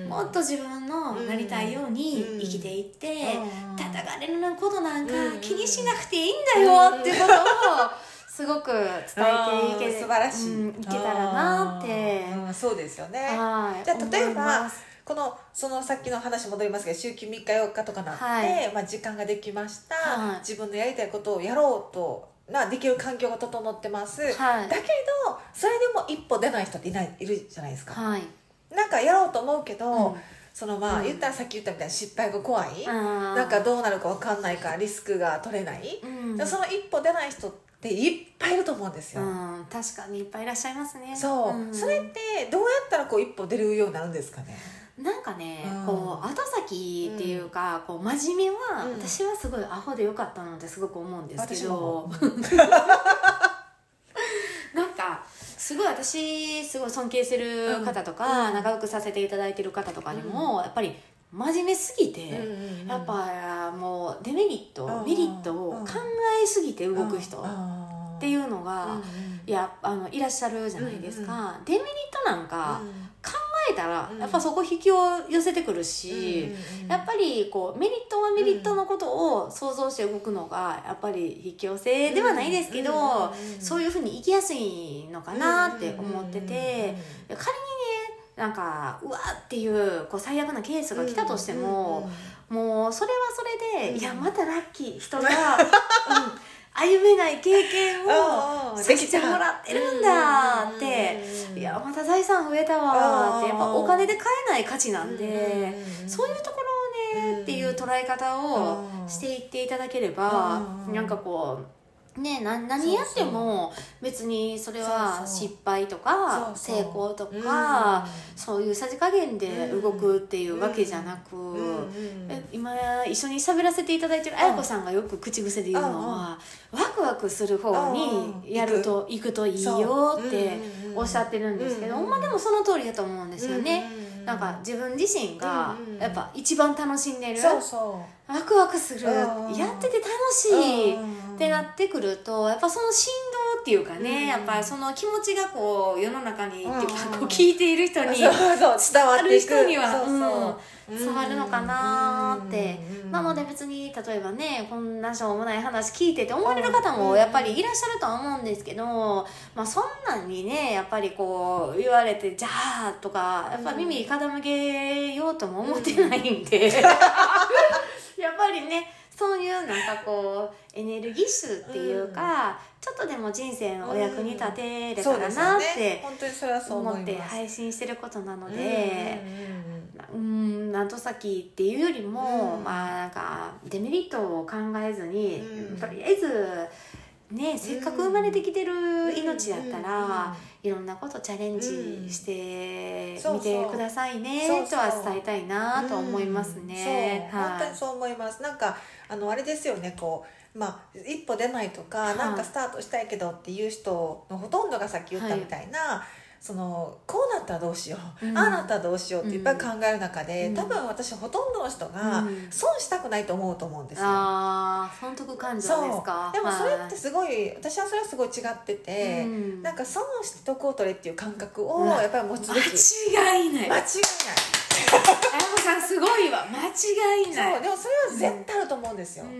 もっと自分のなりたいように生きていって、うん、叩かれることなんか気にしなくていいんだよっていうことをすごく伝えていけ、 素晴らしい、 うん、いけたらなって、 うん、そうですよね。じゃあ例えばこのそのさっきの話戻りますけど週休みっかよっかとかなって、はいまあ、時間ができました、はい、自分のやりたいことをやろうとなできる環境が整ってます、はい、だけどそれでも一歩出ない人っていない、いるじゃないですか、はい、なんかやろうと思うけど、うんそのまあ言ったらさっき言ったみたいな失敗が怖い、うん、なんかどうなるか分かんないからリスクが取れない、うん、その一歩出ない人っていっぱいいると思うんですよ、うん、 確かにいっぱいいらっしゃいますねそう、うん、それってどうやったらこう一歩出るようになるんですかね。 なんかね、うん、こう後先っていうか、うん、こう真面目は、うん、私はすごいアホでよかったなってすごく思うんですけどなんかすごい私すごい尊敬する方とか、うん、仲良くさせていただいてる方とかにも、うん、やっぱり真面目すぎて、うん、やっぱもうデメリット、うん、メリットを考えすぎて動く人っていうのが、うん、いやあのいらっしゃるじゃないですか、うん、デメリットなんか考えたらやっぱそこ引きを寄せてくるし、うん、やっぱりこうメリットはメリットのことを想像して動くのがやっぱり引き寄せではないですけど、そういうふうに生きやすいのかなって思ってて、仮にねなんかうわっていう、こう最悪なケースが来たとしても、もうそれはそれで、いやまたラッキー人が、うん、 歩めない経験をさせてもらってるんだって、いやまた財産増えたわって、やっぱお金で買えない価値なんで、そういうところをねっていう捉え方をしていっていただければ、なんかこうね、な何やっても別にそれは失敗とか成功とかそういうさじ加減で動くっていうわけじゃなく、今一緒に喋らせていただいてる綾子さんがよく口癖で言うのは、ワクワクする方にやると行くといいよっておっしゃってるんですけど、まあでもその通りだと思うんですよね。なんか自分自身がやっぱ一番楽しんでる、 そうそうワクワクする、やってて楽しいってなってくると、やっぱその振動っていうかね、やっぱその気持ちがこう世の中にっていうか、こう聞いている人に伝わる人には伝わるのかなって。なので別に例えばね、こんなしょうもない話聞いてって思われる方もやっぱりいらっしゃるとは思うんですけど、まあそんなんにねやっぱりこう言われてじゃあとかやっぱ耳傾けようとも思ってないんでやっぱりね、そういうなんかこうエネルギッシュっていうか、うん、ちょっとでも人生のお役に立てれたらなって思って配信してることなので、うん、なんと先っていうよりも、うん、まあなんかデメリットを考えずに、うん、とりあえずね、せっかく生まれてきてる命だったら、いろんなことチャレンジしてみてくださいねとは伝えたいなと思いますね。 そう、本当にそう思います。なんかあのあれですよね、こうまあ一歩出ないとか、はあ、なんかスタートしたいけどっていう人のほとんどがさっき言ったみたいな、はい、そのこうなったらどうしよう、うん、ああなったらどうしようっていっぱい考える中で、うん、多分私ほとんどの人が損したくないと思うと思うんですよ。 ああ、損得感情ですか。 でもそれってすごい、はい、私はそれはすごい違ってて、うん、なんか損して得を取れっていう感覚をやっぱり持つべき。 間違いない。 間違いない。 あやこさんすごいわ、間違いない。 そう、でもそれは絶対あると思うんですよ。うん、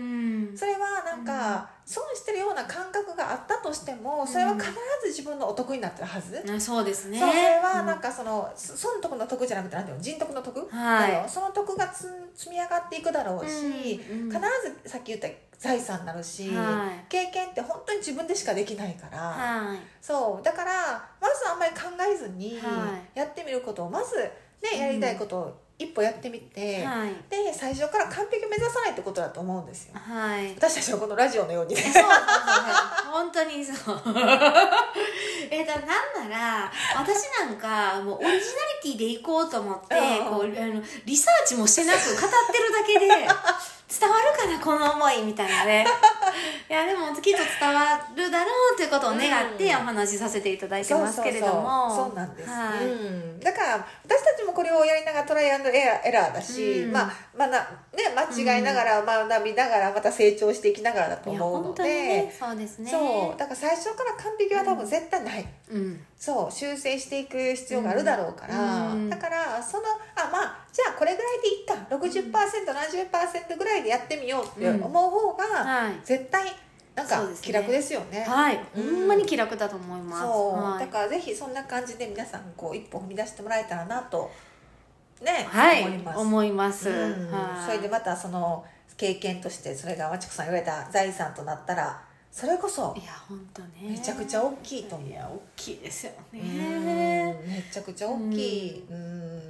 それはなんか、うん、損してるような感覚があったとしても、それは必ず自分のお得になってるはず。 うん、そうですね。 そう、それはなんかその、うん、損得の得じゃなくてなんていうの、人得の得、はい、その得がつ積み上がっていくだろうし、うんうん、必ずさっき言った財産になるし、はい、経験って本当に自分でしかできないから、はい、そうだからまずあんまり考えずにやってみることをまずね、やりたいことを一歩やってみて、はい、で最初から完璧を目指さないってことだと思うんですよ、はい、私たちのこのラジオのようにね。そうそうそう、 本当にそうえだなんなら私なんかもうオリジナリティでいこうと思って、うん、こうあのリサーチもしてなく語ってるだけで伝わるかなこの思いみたいなね。いやでもきっと伝わるだろうということを願ってお話しさせていただいてますけれども、 そうそうそう、そうなんです、はい、うん、だから私たちもこれをやりながらトライアンドエラー、エラーだし、うん、まあまあなね、間違いながら、うん、学びながらまた成長していきながらだと思うので、 ね、そうですね。 そうだから最初から完璧は多分絶対ない、うん、そう修正していく必要があるだろうから、うん、だからそのあまあじゃあこれぐらいでいいか ろくじゅっパーセント、ななじゅっパーセント ぐらいでやってみようって思う方が絶対なんか気楽ですよね。 はい、ほんまに気楽だと思います。 そう、 はい、 だからぜひそんな感じで皆さんこう一歩踏み出してもらえたらなとね、 はい、思います。思います、 うんはい、それでまたその経験としてそれがまちこさん言われた財産となったらそれこそいや本当ねめちゃくちゃ大きいと思う。 いや大きいですよね。 めちゃくちゃ大きい。うん、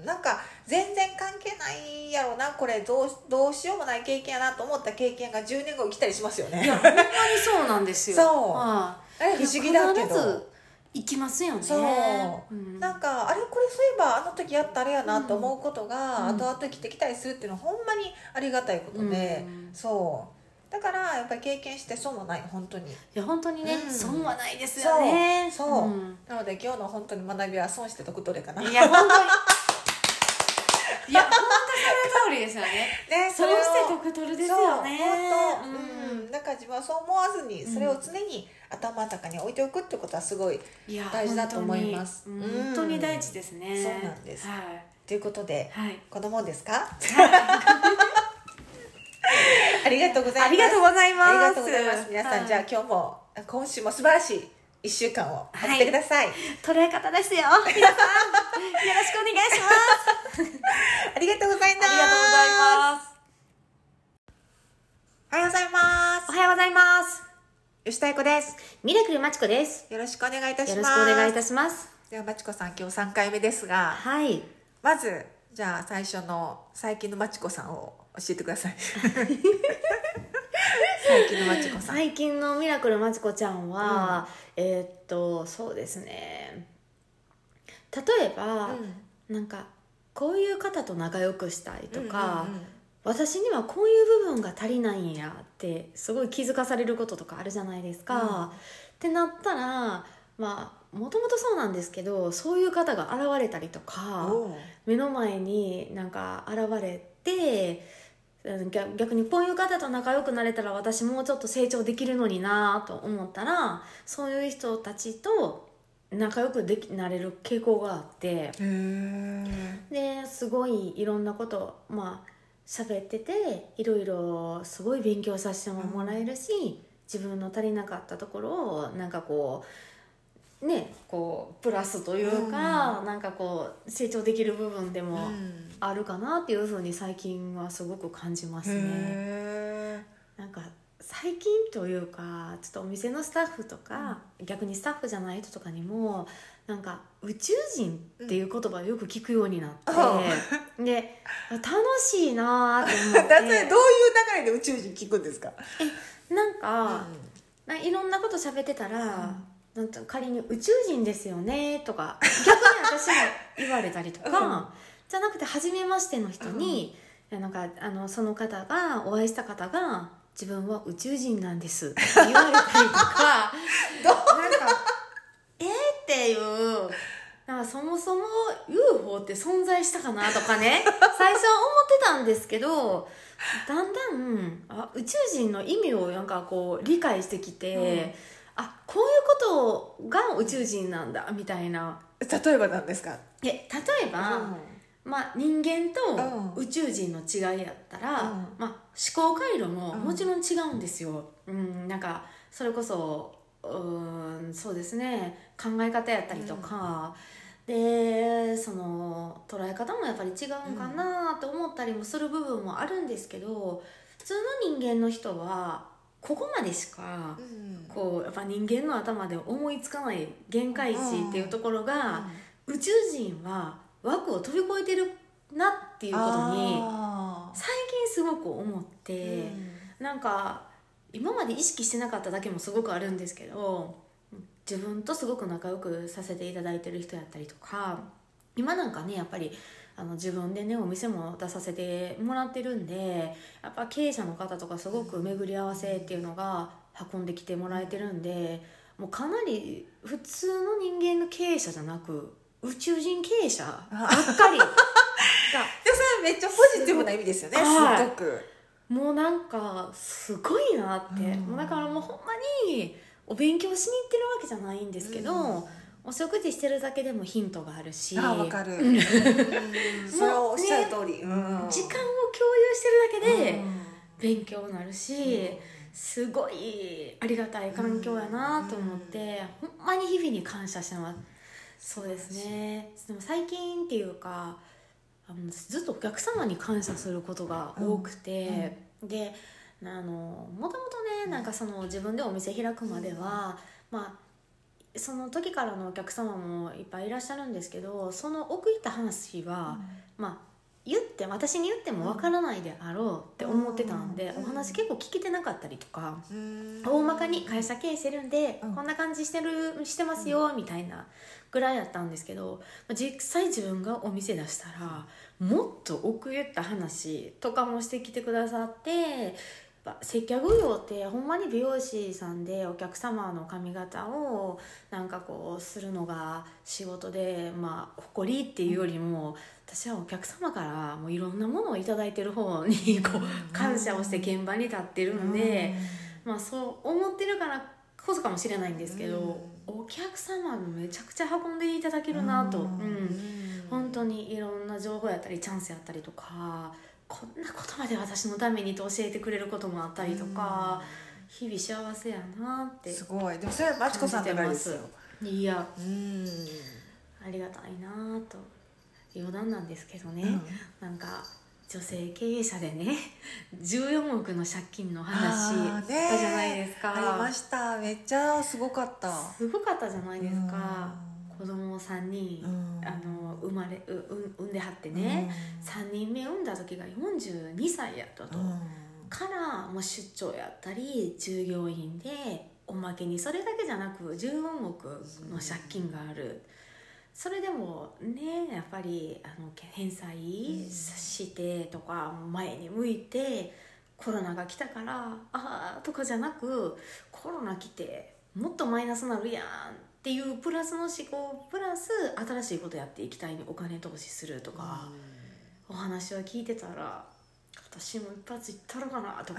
なんか全然関係ないやろなこれどうどうしようもない経験やなと思った経験がじゅうねんご生きたりしますよね。 いやほんまにそうなんですよ。 そう。あれ不思議だけど。 行きますよね。 そう、うん、なんかあれこれそういえばあの時やったあれやなと思うことが後々生きてきたりするっていうのはほんまにありがたいことで、うん、そうだからやっぱり経験して損はない本当に。いや本当にね、うん、損はないですよね。 そうそう、うん、なので今日の本当に学びは損して得取れかな。 いや本当にいや本当その通りですよね。ね、損して得取るですよね。 本当、うん、だから自分はそう思わずにそれを常に頭の中に置いておくってことはすごい大事だと思います。 本当に、うん、本当に大事ですね。 そうなんです、はい、ということで、はい、このもんですか、はい、ありがとうございます。 ありがとうございます。 ありがとうございます。皆さん、はい、じゃあ今日も今週も素晴らしいいっしゅうかんを送ってください、はい、 捉え方ですよ皆さんよろしくお願いしますありがとうございます。 ありがとうございます。 おはようございます。 おはようございます。 吉田英子です。 ミラクルまちこです。 よろしくお願いいたします。 よろしくお願いいたします。 ではまちこさん、今日さんかいめですが、 はい。 まずじゃあ最初の最近のまちこさんを教えてください。最近のまちこさん。 最近のミラクルまちこちゃんは、うん、えー、っとそうですね。例えば、うん、なんかこういう方と仲良くしたいとか、うんうんうん、私にはこういう部分が足りないんやってすごい気づかされることとかあるじゃないですか、うん、ってなったらまあもともとそうなんですけど、そういう方が現れたりとか目の前になんか現れて、逆にこういう方と仲良くなれたら私もうちょっと成長できるのになと思ったら、そういう人たちと仲良くできなれる傾向があって、ですごいいろんなことまあ喋ってて、いろいろすごい勉強させてもらえるし、うん、自分の足りなかったところをなんかこうねこうプラスというか、うん、なんかこう成長できる部分でもあるかなっていうふうに最近はすごく感じますね。なんか最近というかちょっとお店のスタッフとか、うん、逆にスタッフじゃない人とかにもなんか宇宙人っていう言葉をよく聞くようになって、うん、で楽しいなと思って。どういう流れで宇宙人聞くんですか？ えなんか、うん、いろんなこと喋ってたら、うん、なんと仮に宇宙人ですよねとか逆に私も言われたりとか、うん、じゃなくて初めましての人に、うん、なんかあのその方がお会いした方が自分は宇宙人なんですって言われたりとかなんかえーっていうなんかそもそも ユーフォー って存在したかなとかね最初は思ってたんですけど、だんだんあ宇宙人の意味をなんかこう理解してきて、うん、あこういうことが宇宙人なんだみたいな。 例えば何ですか？ え例えば、うんまあ、人間と宇宙人の違いやったら、うんまあ、思考回路ももちろん違うんですよ、うん、なんかそれこそうーんそうですね考え方やったりとか、うん、でその捉え方もやっぱり違うんかなと思ったりもする部分もあるんですけど、普通の人間の人はここまでしか、うん、こうやっぱ人間の頭で思いつかない限界値っていうところが、うん、宇宙人は枠を飛び越えてるなっていうことに最近すごく思って、うん、なんか今まで意識してなかっただけもすごくあるんですけど、自分とすごく仲良くさせていただいてる人やったりとか、今なんかねやっぱりあの自分でねお店も出させてもらってるんで、やっぱ経営者の方とかすごく巡り合わせっていうのが運んできてもらえてるんで、もうかなり普通の人間の経営者じゃなく宇宙人経営者ばっかりがそれめっちゃポジティブな意味ですよね、はい、すごくもうなんかすごいなって、うん、もうだからもうほんまにお勉強しに行ってるわけじゃないんですけど、うん、お食事してるだけでもヒントがあるし、 あ分かる、うん、それをおっしゃる通り、 ねうん、時間を共有してるだけで勉強になるし、うん、すごいありがたい環境やなと思って、うん、ほんまに日々に感謝してます。そうですね。でも最近っていうかあのずっとお客様に感謝することが多くて、うんうん、であのもともとねなんかその自分でお店開くまでは、うん、まあその時からのお客様もいっぱいいらっしゃるんですけど、その奥行った話は、うん、まあ言って私に言ってもわからないであろうって思ってたんで、うん、お話結構聞けてなかったりとか、うん、大まかに会社経営してるんで、うん、こんな感じしてるしてますよ、うん、みたいなぐらいだったんですけど、実際自分がお店出したらもっと奥行った話とかもしてきてくださって、接客業ってほんまに美容師さんでお客様の髪型をなんかこうするのが仕事で、まあ誇りっていうよりも、私はお客様からもういろんなものをいただいてる方にこう感謝をして現場に立ってるんで、まあそう思ってるからこそかもしれないんですけど、お客様にめちゃくちゃ運んでいただけるなと、うん、本当にいろんな情報やったりチャンスやったりとか、こんなことまで私のためにと教えてくれることもあったりとか、日々幸せやなって。 すごい。でもそれはまちこさんの場合ですよ。 いや、うんありがたいなと。余談なんですけどね、うん、なんか女性経営者でねじゅうよんおくの借金の話あったじゃないですか。 ありました。めっちゃすごかった。 すごかったじゃないですか。子供さんにん、あの生まれう産んではってね、さんにんめ産んだ時がよんじゅうにさいやったと、からもう出張やったり従業員で、おまけにそれだけじゃなくじゅうよんおくの借金がある。それでもね、やっぱりあの返済してとか前に向いて、コロナが来たからあーとかじゃなく、コロナ来てもっとマイナスなるやんっていうプラスの思考プラス新しいことやっていきたいにお金投資するとか、お話を聞いてたら私も一発いったろかなとか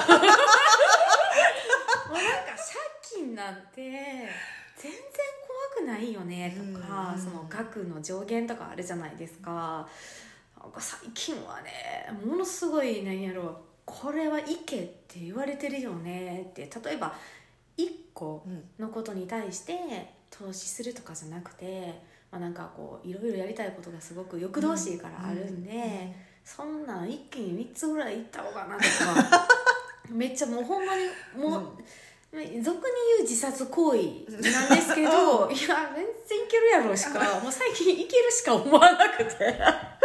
もうなんか借金なんて全然怖くないよねとか、その額の上限とかあるじゃないですか。なんか最近はね、ものすごい何やろう、これはいけって言われてるよねって、例えばいっこのことに対して投資するとかじゃなくて、まあ、なんかこういろいろやりたいことがすすごく欲動しいからあるんで、うんうんうん、そんなん一気にみっつぐらいいった方がなとかめっちゃもうほんまにもう、うん、俗に言う自殺行為なんですけどいや全然いけるやろしかもう最近いけるしか思わなくて絶対い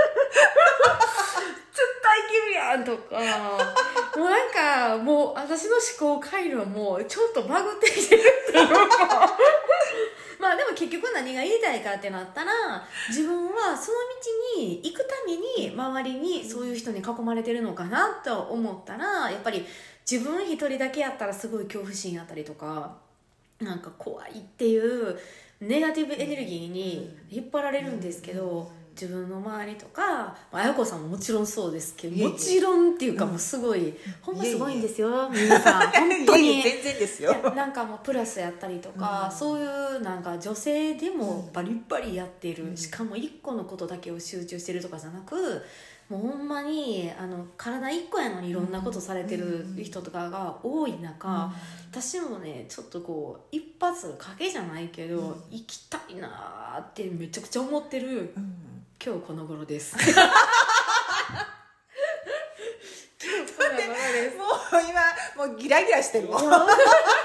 けるやんとかもうなんかもう私の思考回路もちょっとバグってきてるっていうかまあでも結局何が言いたいかってなったら、自分はその道に行くために周りにそういう人に囲まれてるのかなと思ったら、やっぱり自分一人だけやったらすごい恐怖心やったりとか、なんか怖いっていうネガティブエネルギーに引っ張られるんですけど、自分の周りとか、あやこさんももちろんそうですけど、いえいえもちろんっていうかもうすごい、うん、ほんますごいんですよ皆さん本当にいえいえ全然ですよ。 なんかもうプラスやったりとか、うん、そういうなんか女性でもバリバリやってる、うん、しかも一個のことだけを集中してるとかじゃなく、もうほんまにあの体一個やのにいろんなことされてる人とかが多い中、うん、私もねちょっとこう一発賭けじゃないけど、うん、行きたいなってめちゃくちゃ思ってる、うん、今日この頃です今日この頃ですもう今もうギラギラしてるもんいやもう本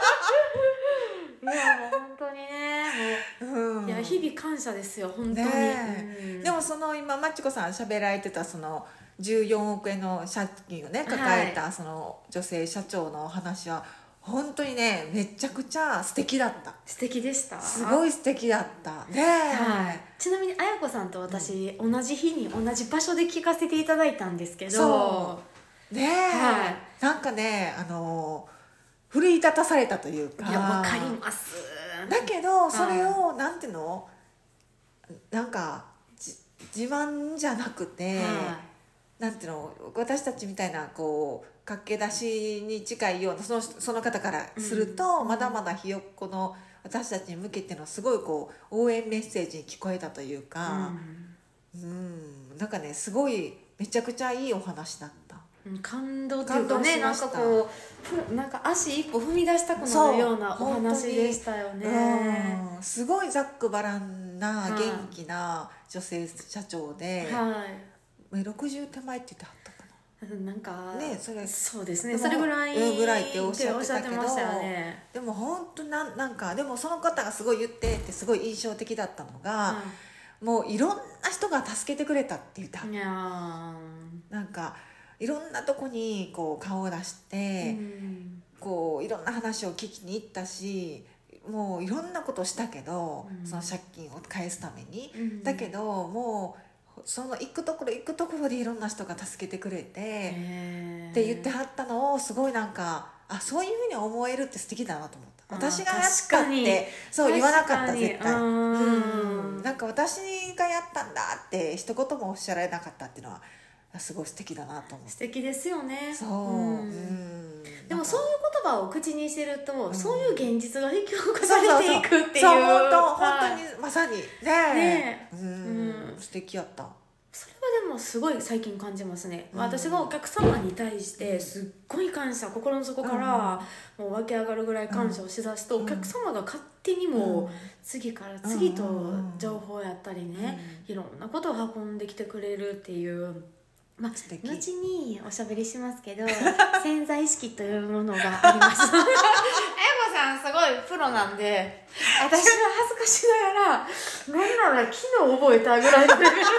当にねもう、うん、いや日々感謝ですよ本当に、ねうん、でもその今まちこさん喋られてたそのじゅうよんおくえんの借金をね抱えたその女性社長のお話は本当にねめちゃくちゃ素敵だった。 素敵でした。 すごい素敵だったね、 はい、ちなみにあやこさんと私、うん、同じ日に同じ場所で聞かせていただいたんですけど、 そうね、はい、なんかねあの奮い立たされたというか、 いやわかります。 だけどそれを、はい、なんていうのなんか自慢じゃなくて、はい、なんていうの私たちみたいなこう駆け出しに近いようなその、その方からすると、うん、まだまだひよっこの私たちに向けてのすごいこう応援メッセージに聞こえたというか、うん、うんなんかねすごいめちゃくちゃいいお話だった。 感動っていうかね、なんかこうなんか足一歩踏み出したくなるようなお話でしたよね。 うん、すごいざっくばらんな元気な女性社長で、はい、ろくじゅう手前って言ってはったかな。 なんかねそれそうですねそれぐらいぐらいっておっしゃってたけど、 ましたよね、 でも本当ななんかでもその方がすごい言ってってすごい印象的だったのが、うん、もういろんな人が助けてくれたって言った。いやなんかいろんなとこにこう顔を出して、うん、こういろんな話を聞きに行ったし、もういろんなことをしたけど、うん、その借金を返すために、うん、だけどもうその行くところ行くところでいろんな人が助けてくれてって言ってはったのをすごいなんかあそういうふうに思えるって素敵だなと思った。私がやったってそう言わなかった絶対。うんなんか私がやったんだって一言もおっしゃられなかったっていうのはすごい素敵だなと思って。 素敵ですよね。 そう、うんうん、 でもそういう言葉を口にしてると、うん、そういう現実が引き起こされていくっていう。 そう本当本当にまさにねねえ、うんうん、素敵やった。 それはでもすごい最近感じますね、うん、私がお客様に対してすっごい感謝、心の底からもう湧き上がるぐらい感謝をしだすと、うん、お客様が勝手にも次から次と情報やったりね、うん、いろんなことを運んできてくれるっていう、 まあ、 素敵。 後におしゃべりしますけど潜在意識というものがありますあやこさんすごいプロなんで、私は恥ずかしながら何なら昨日覚えたぐらいのレベル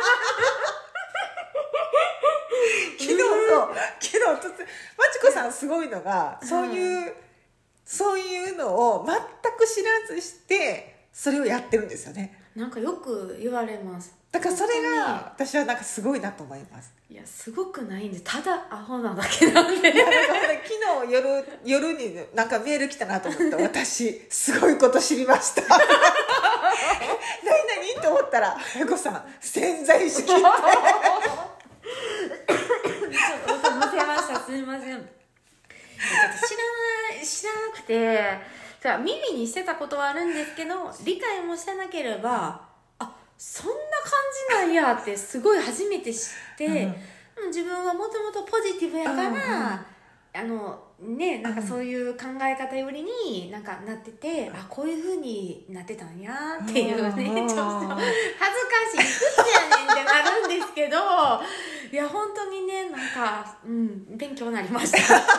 昨日そう昨日突然まちこさんすごいのが、そういう、うん、そういうのを全く知らずしてそれをやってるんですよね。 なんかよく言われます。 だからそれが私はなんかすごいなと思います。 いやすごくないんで、ただアホなだけなんで。いやなんか昨日夜夜になんかメール来たなと思った私すごいこと知りました何々と思ったらあやこさん潜在意識ってちょっとむせました、すみません。ちょっと知らない知らなくて。耳にしてたことはあるんですけど、理解もしてなければ、あ、そんな感じなんやってすごい初めて知って、うん、自分はもともとポジティブやから、うん、あのね、なんかそういう考え方よりになんかなってて、うん、あ、こういう風になってたんやっていうね、うん、ちょっと恥ずかしい、いくつやねんってなるんですけど、いや本当にね、なんか、うん、勉強になりました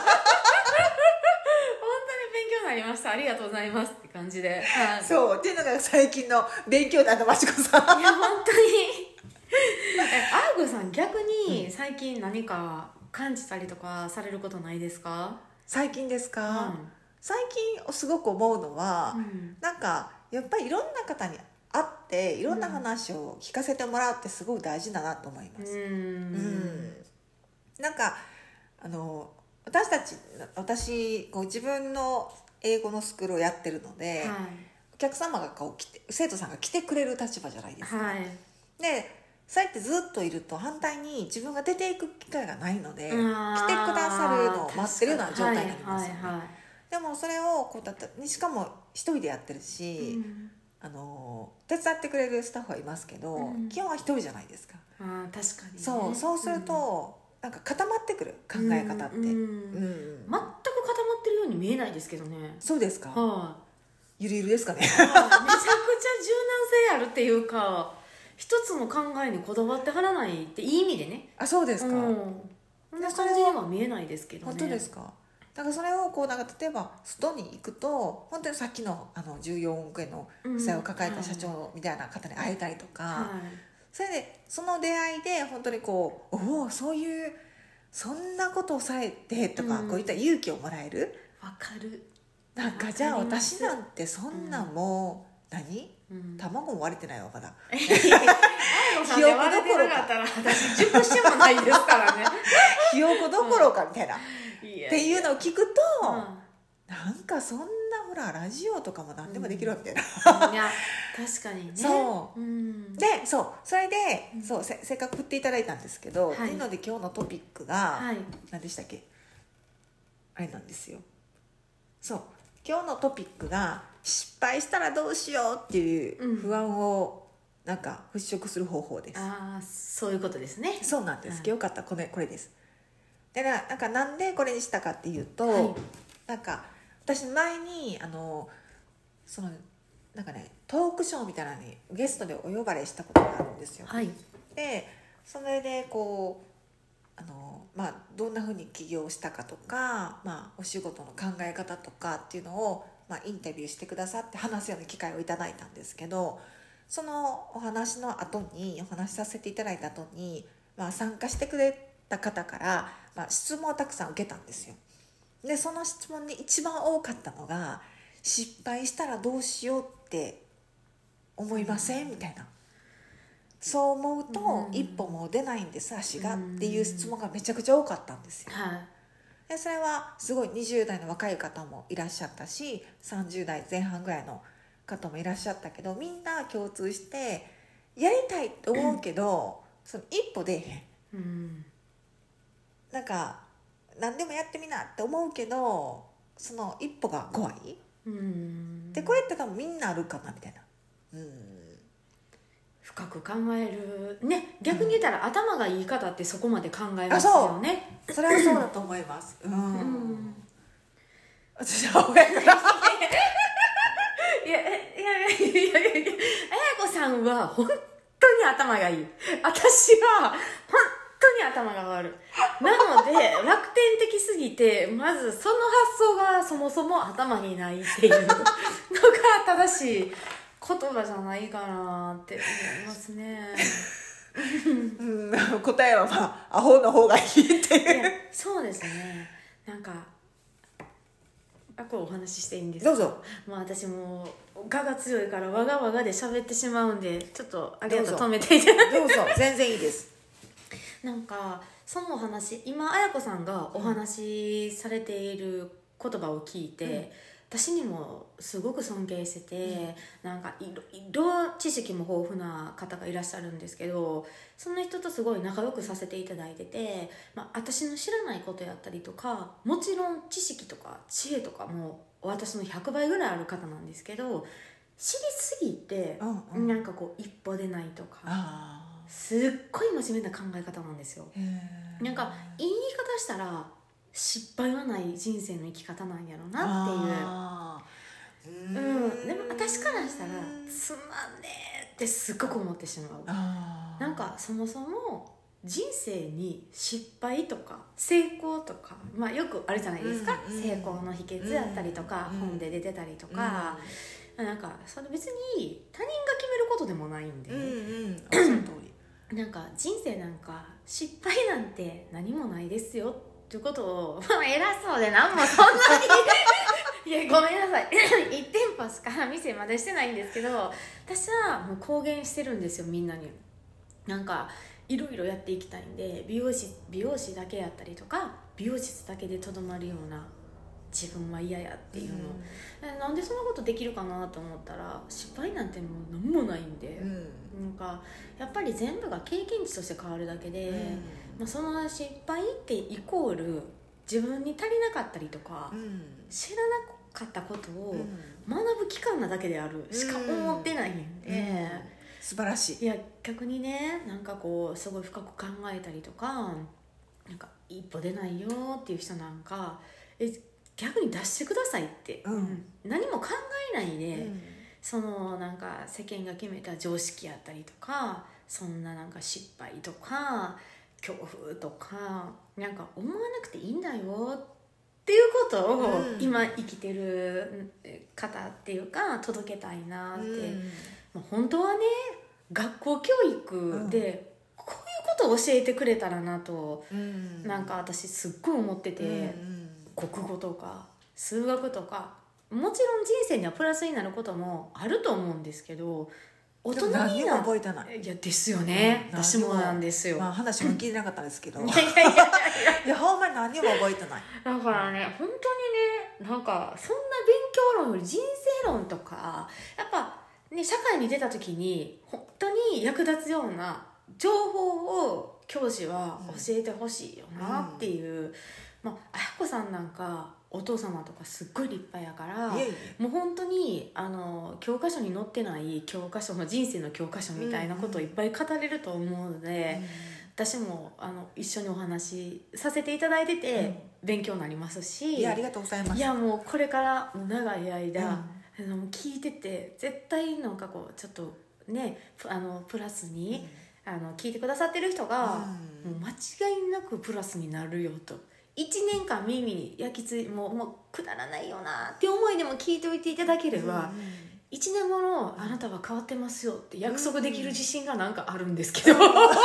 勉強になりました。ありがとうございますって感じで、はい、 そうっていうのが最近の勉強だとまちこさん。 いや本当にえ、あやこさん逆に最近何か感じたりとかされることないですか？ 最近ですか、うん、最近すごく思うのは、うん、なんかやっぱりいろんな方に会っていろんな話を聞かせてもらうってすごい大事だなと思います。うん、うん、なんかあの私たち私こう自分の英語のスクールをやってるので、はい、お客様がこう来て生徒さんが来てくれる立場じゃないですか、はい、でそうやってずっといると反対に自分が出ていく機会がないので来てくださるのを待ってるような状態になりますよね、はいはいはい、でもそれをこうだったしかも一人でやってるし、うん、あの手伝ってくれるスタッフはいますけど、うん、基本は一人じゃないですか。 あ、確かに、ね、 そうそうすると、うん、なんか固まってくる考え方って、うんうんうん、 全く固まってるように見えないですけどね。 そうですか、 はあ、 ゆるゆるですかね。 めちゃくちゃ柔軟性あるっていうか、一つの考えにこだわってはらないっていい意味でね。 あ、そうですか、うん、 そんな感じには見えないですけどね。 本当ですか。だからそれをこうなんか例えば外に行くと本当にさっきのあのじゅうよんおくえんの負債を抱えた社長みたいな方に会えたりとか、はい、それでその出会いで本当にこう、おおそういうそんなことをさえてとか、うん、こういった勇気をもらえる。 わかる。 なんかじゃあ私なんてそんなもう、うん、何、うん、卵も割れてないわまだ。 ひよこどころか私熟してもないですからね。 ひよこどころかみたいな、うん、っていうのを聞くと、うん、なんかそんなほらラジオとかも何でもできるわみたいな、 うん、いや確かにね。 そう、 うん、 でそうそれで、うん、そう せ, せっかく振っていただいたんですけど、はい、っていうので今日のトピックが、はい、何でしたっけ、あれなんですよ。そう今日のトピックが失敗したらどうしようっていう不安をなんか払拭する方法です、 うん、ああそういうことですね。 そうなんです、はい、よかったこれ、これです。でな、なんかなんでこれにしたかっていうと、はい、なんか私前にあのそのなんかねトークショーみたいなのにゲストでお呼ばれしたことがあるんですよ、 はい、 でそれでこうあの、まあ、どんなふうに起業したかとか、まあ、お仕事の考え方とかっていうのを、まあ、インタビューしてくださって話すような機会をいただいたんですけど、そのお話の後にお話しさせていただいた後に、まあ、参加してくれた方から、まあ、質問をたくさん受けたんですよ。でその質問に一番多かったのが失敗したらどうしようって思いませんみたいな、そう思うと一歩も出ないんです足がっていう質問がめちゃくちゃ多かったんですよ、はい、でそれはすごいにじゅう代の若い方もいらっしゃったしさんじゅう代前半ぐらいの方もいらっしゃったけど、みんな共通してやりたいって思うけど、うん、その一歩出えへん、うん、なんか何でもやってみなって思うけどその一歩が怖い、うん、でこれって多分みんなあるかなみたいな、うん、 深く考えるね。逆に言ったら、うん、頭がいい方ってそこまで考えますよね。 それはそうだと思います。うん。うん、私は親から。 いやいやいやいやいや、あやこさんは本当に頭がいい。私は本当当に頭が悪いなので楽天的すぎてまずその発想がそもそも頭にないっていうのが正しい言葉じゃないかなって思いますねうん、答えはまあアホの方がいいっていう。 いやそうですね。なんかあこれお話ししていいんですか。 どうぞ。 まあ私も我が強いからわがわがで喋ってしまうんでちょっとありがとう止めていただいて。 どうぞ全然いいです。 なんかそのお話今綾子さんがお話しされている言葉を聞いて、うん私にもすごく尊敬してて、うん、なんかいろいろ知識も豊富な方がいらっしゃるんですけどその人とすごい仲良くさせていただいてて、まあ、私の知らないことやったりとかもちろん知識とか知恵とかも私のひゃくばいぐらいある方なんですけど知りすぎて、うんうん、なんかこう一歩出ないとかすっごい真面目な考え方なんですよ。なんか言い方したら失敗はない人生の生き方なんやろなっていう、うん、でも私からしたらつまんねえってすっごく思ってしまう。なんかそもそも人生に失敗とか成功とか、まあ、よくあるじゃないですか、うんうん、成功の秘訣やったりとか、うん、本で出てたりとか、うん、なんかそれ別に他人が決めることでもないんで、うんうん、おっしゃる通りなんか人生なんか失敗なんて何もないですよということを、まあ、偉そうで何もそんなにいやごめんなさいいち店舗しか店までしてないんですけど私はもう公言してるんですよみんなに。なんかいろいろやっていきたいんで美容師美容師だけやったりとか美容室だけでとどまるような自分は嫌やっていうの、うん、なんでそんなことできるかなと思ったら失敗なんてもう何もないんで、うん、なんかやっぱり全部が経験値として変わるだけで、うんまあ、その失敗ってイコール自分に足りなかったりとか、うん、知らなかったことを学ぶ期間なだけであるしか思ってないんで、うんうん、 素晴らしい。 いや逆にねなんかこうすごい深く考えたりとかなんか一歩出ないよっていう人なんかえ逆に出してくださいって、うん、何も考えないで、うん、そのなんか世間が決めた常識やったりとかそんななんか失敗とか恐怖とかなんか思わなくていいんだよっていうことを、うん、今生きてる方っていうか届けたいなって、うんまあ、本当はね学校教育でこういうことを教えてくれたらなと、うん、なんか私すっごい思ってて、うん、国語とか数学とかもちろん人生にはプラスになることもあると思うんですけど大人にな何も覚えてない。 いやですよね、うん、私もなんですよ、 まあ、話も聞いてなかったんですけどいやいやいやいやいやほんまに何も覚えてない。 だからね本当にねなんかそんな勉強論より人生論とかやっぱね社会に出た時に本当に役立つような情報を教師は教えてほしいよなっていう、うんまあ、綾子さんなんかお父様とかすっごい立派やからいえいえもう本当にあの教科書に載ってない教科書の人生の教科書みたいなことをいっぱい語れると思うので、うんうん、私もあの一緒にお話しさせていただいてて勉強になりますし、 いやありがとうございます。 いやもうこれから長い間、うん、あの聞いてて絶対なんかこうちょっとねあのプラスに、うん、あの聞いてくださってる人が、うん、もう間違いなくプラスになるよといちねんかん耳に焼き付いもう、もうくだらないよなって思いでも聞いておいていただければ、うん、いちねんごのあなたは変わってますよって約束できる自信がなんかあるんですけど、うん、もう間違いなく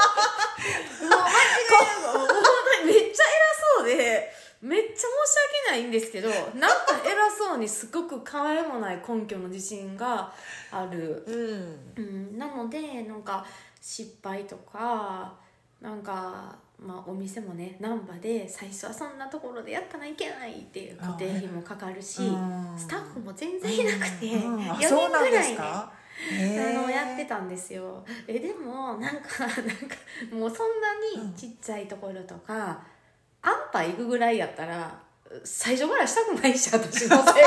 めっちゃ偉そうでめっちゃ申し訳ないんですけどなんか偉そうにすごく変わりもない根拠の自信がある、うんうん、なのでなんか失敗とかなんかまあ、お店もね難波で最初はそんなところでやったらいけないっていう固定費もかかるしスタッフも全然いなくてよにんぐらいねあのやってたんですよ。えでもなんかなんかもうそんなにちっちゃいところとかアンパイ行くぐらいやったら最初からしたくないし私の性格本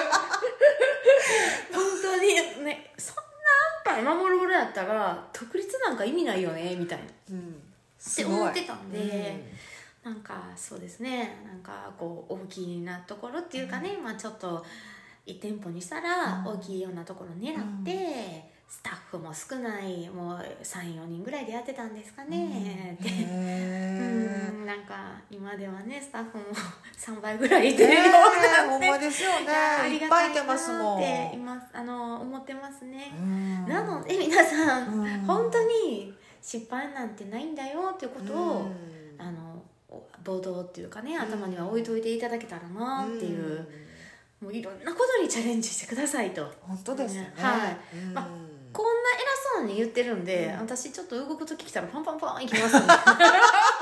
当にねそんなアンパイ守るぐらいやったら独立なんか意味ないよねみたいな、うんって思ってたんで、うん、なんかそうですねなんかこう大きなところっていうかね、うんまあ、ちょっといち店舗にしたら大きいようなところを狙って、うん、 スタッフも少ないもう さん,よ 人ぐらいでやってたんですかね、うん、でうんなんか今ではねスタッフもさんばいぐらいいてるような、 ほんまですよね。 ありがたいなって今あの思ってますね。なので皆さん、うん、本当に失敗なんてないんだよっていうことを、あのボードっていうかね頭には置いといていただけたらなっていう、もういろんなことにチャレンジしてくださいと。 本当ですね、 はい、まあ、こんな偉そうに言ってるんで、うん、私ちょっと動く時来たらパンパンパンいきますんでまあなんかほんま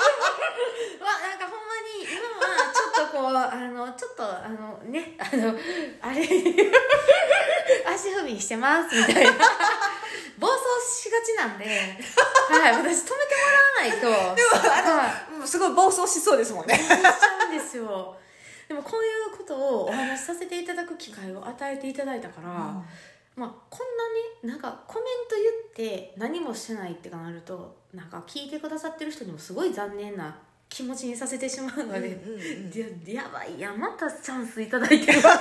に今はちょっとこうあのちょっとあのねあのあれ足踏みしてますみたいな暴走しがちなんで、はい、私止めてもらわないとでもあの、はい、すごい暴走しそうですもんね。 暴走しちゃうんですよ。でもこういうことをお話しさせていただく機会を与えていただいたから、うん、まあこんなねなんかコメント言って何もしてないってなるとなんか聞いてくださってる人にもすごい残念な気持ちにさせてしまうので、うんうんうん、や, やばいやまたチャンスいただいてるプラス思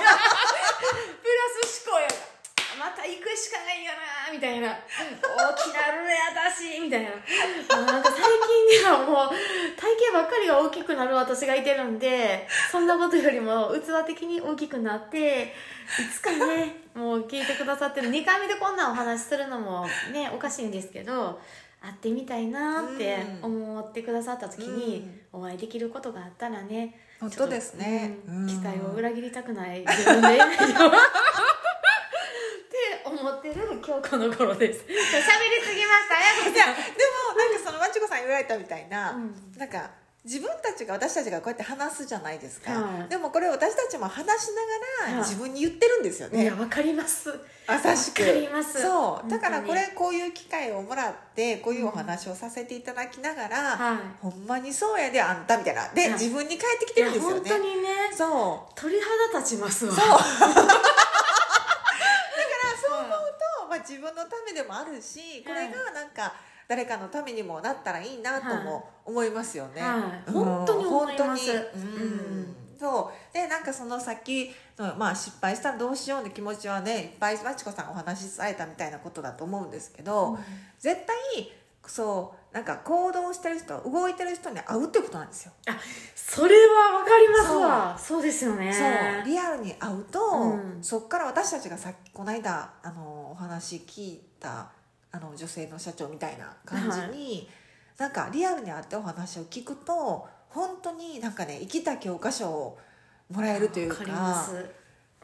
考やまた行くしかないよなみたいな大きなるね私みたいななんか最近ではもう体型ばっかりが大きくなる私がいてるんで、そんなことよりも器的に大きくなっていつかねもう聞いてくださってるにかいめでこんなお話するのもねおかしいんですけど、会ってみたいなって思ってくださった時にお会いできることがあったらね、 本当ですね、 うん、期待を裏切りたくない自分でって思ってる今日この頃です。喋りすぎましたね。 いやでもなんかそのまちこさん言われたみたいな、うん、なんか自分たちが私たちがこうやって話すじゃないですか、はい、でもこれ私たちも話しながら自分に言ってるんですよね。 いやわかります、 優しく。 わかります。 そうだからこれこういう機会をもらってこういうお話をさせていただきながら、うん、ほんまにそうやであんたみたいなで、はい、自分に返ってきてるんですよね。 いや本当にね、 そう鳥肌立ちますわ。 そうだからそう思うと、まあ、自分のためでもあるし、これがなんか誰かのためにもなったらいいなとも思いますよね、はいはい、 本当に思います。 うん、そうでなんかそのさっきの、まあ、失敗したらどうしようの気持ちはねいっぱいまちこさんがお話しされたみたいなことだと思うんですけど、うん、絶対そうなんか行動してる人動いてる人に会うってことなんですよ。 あ、それはわかりますわ。そう、そうですよね。 そうリアルに会うと、うん、そっから私たちがさっきこの間あのお話聞いたあの女性の社長みたいな感じに、はい、なんかリアルに会ってお話を聞くと本当になんかね生きた教科書をもらえるというか、わかります。うん、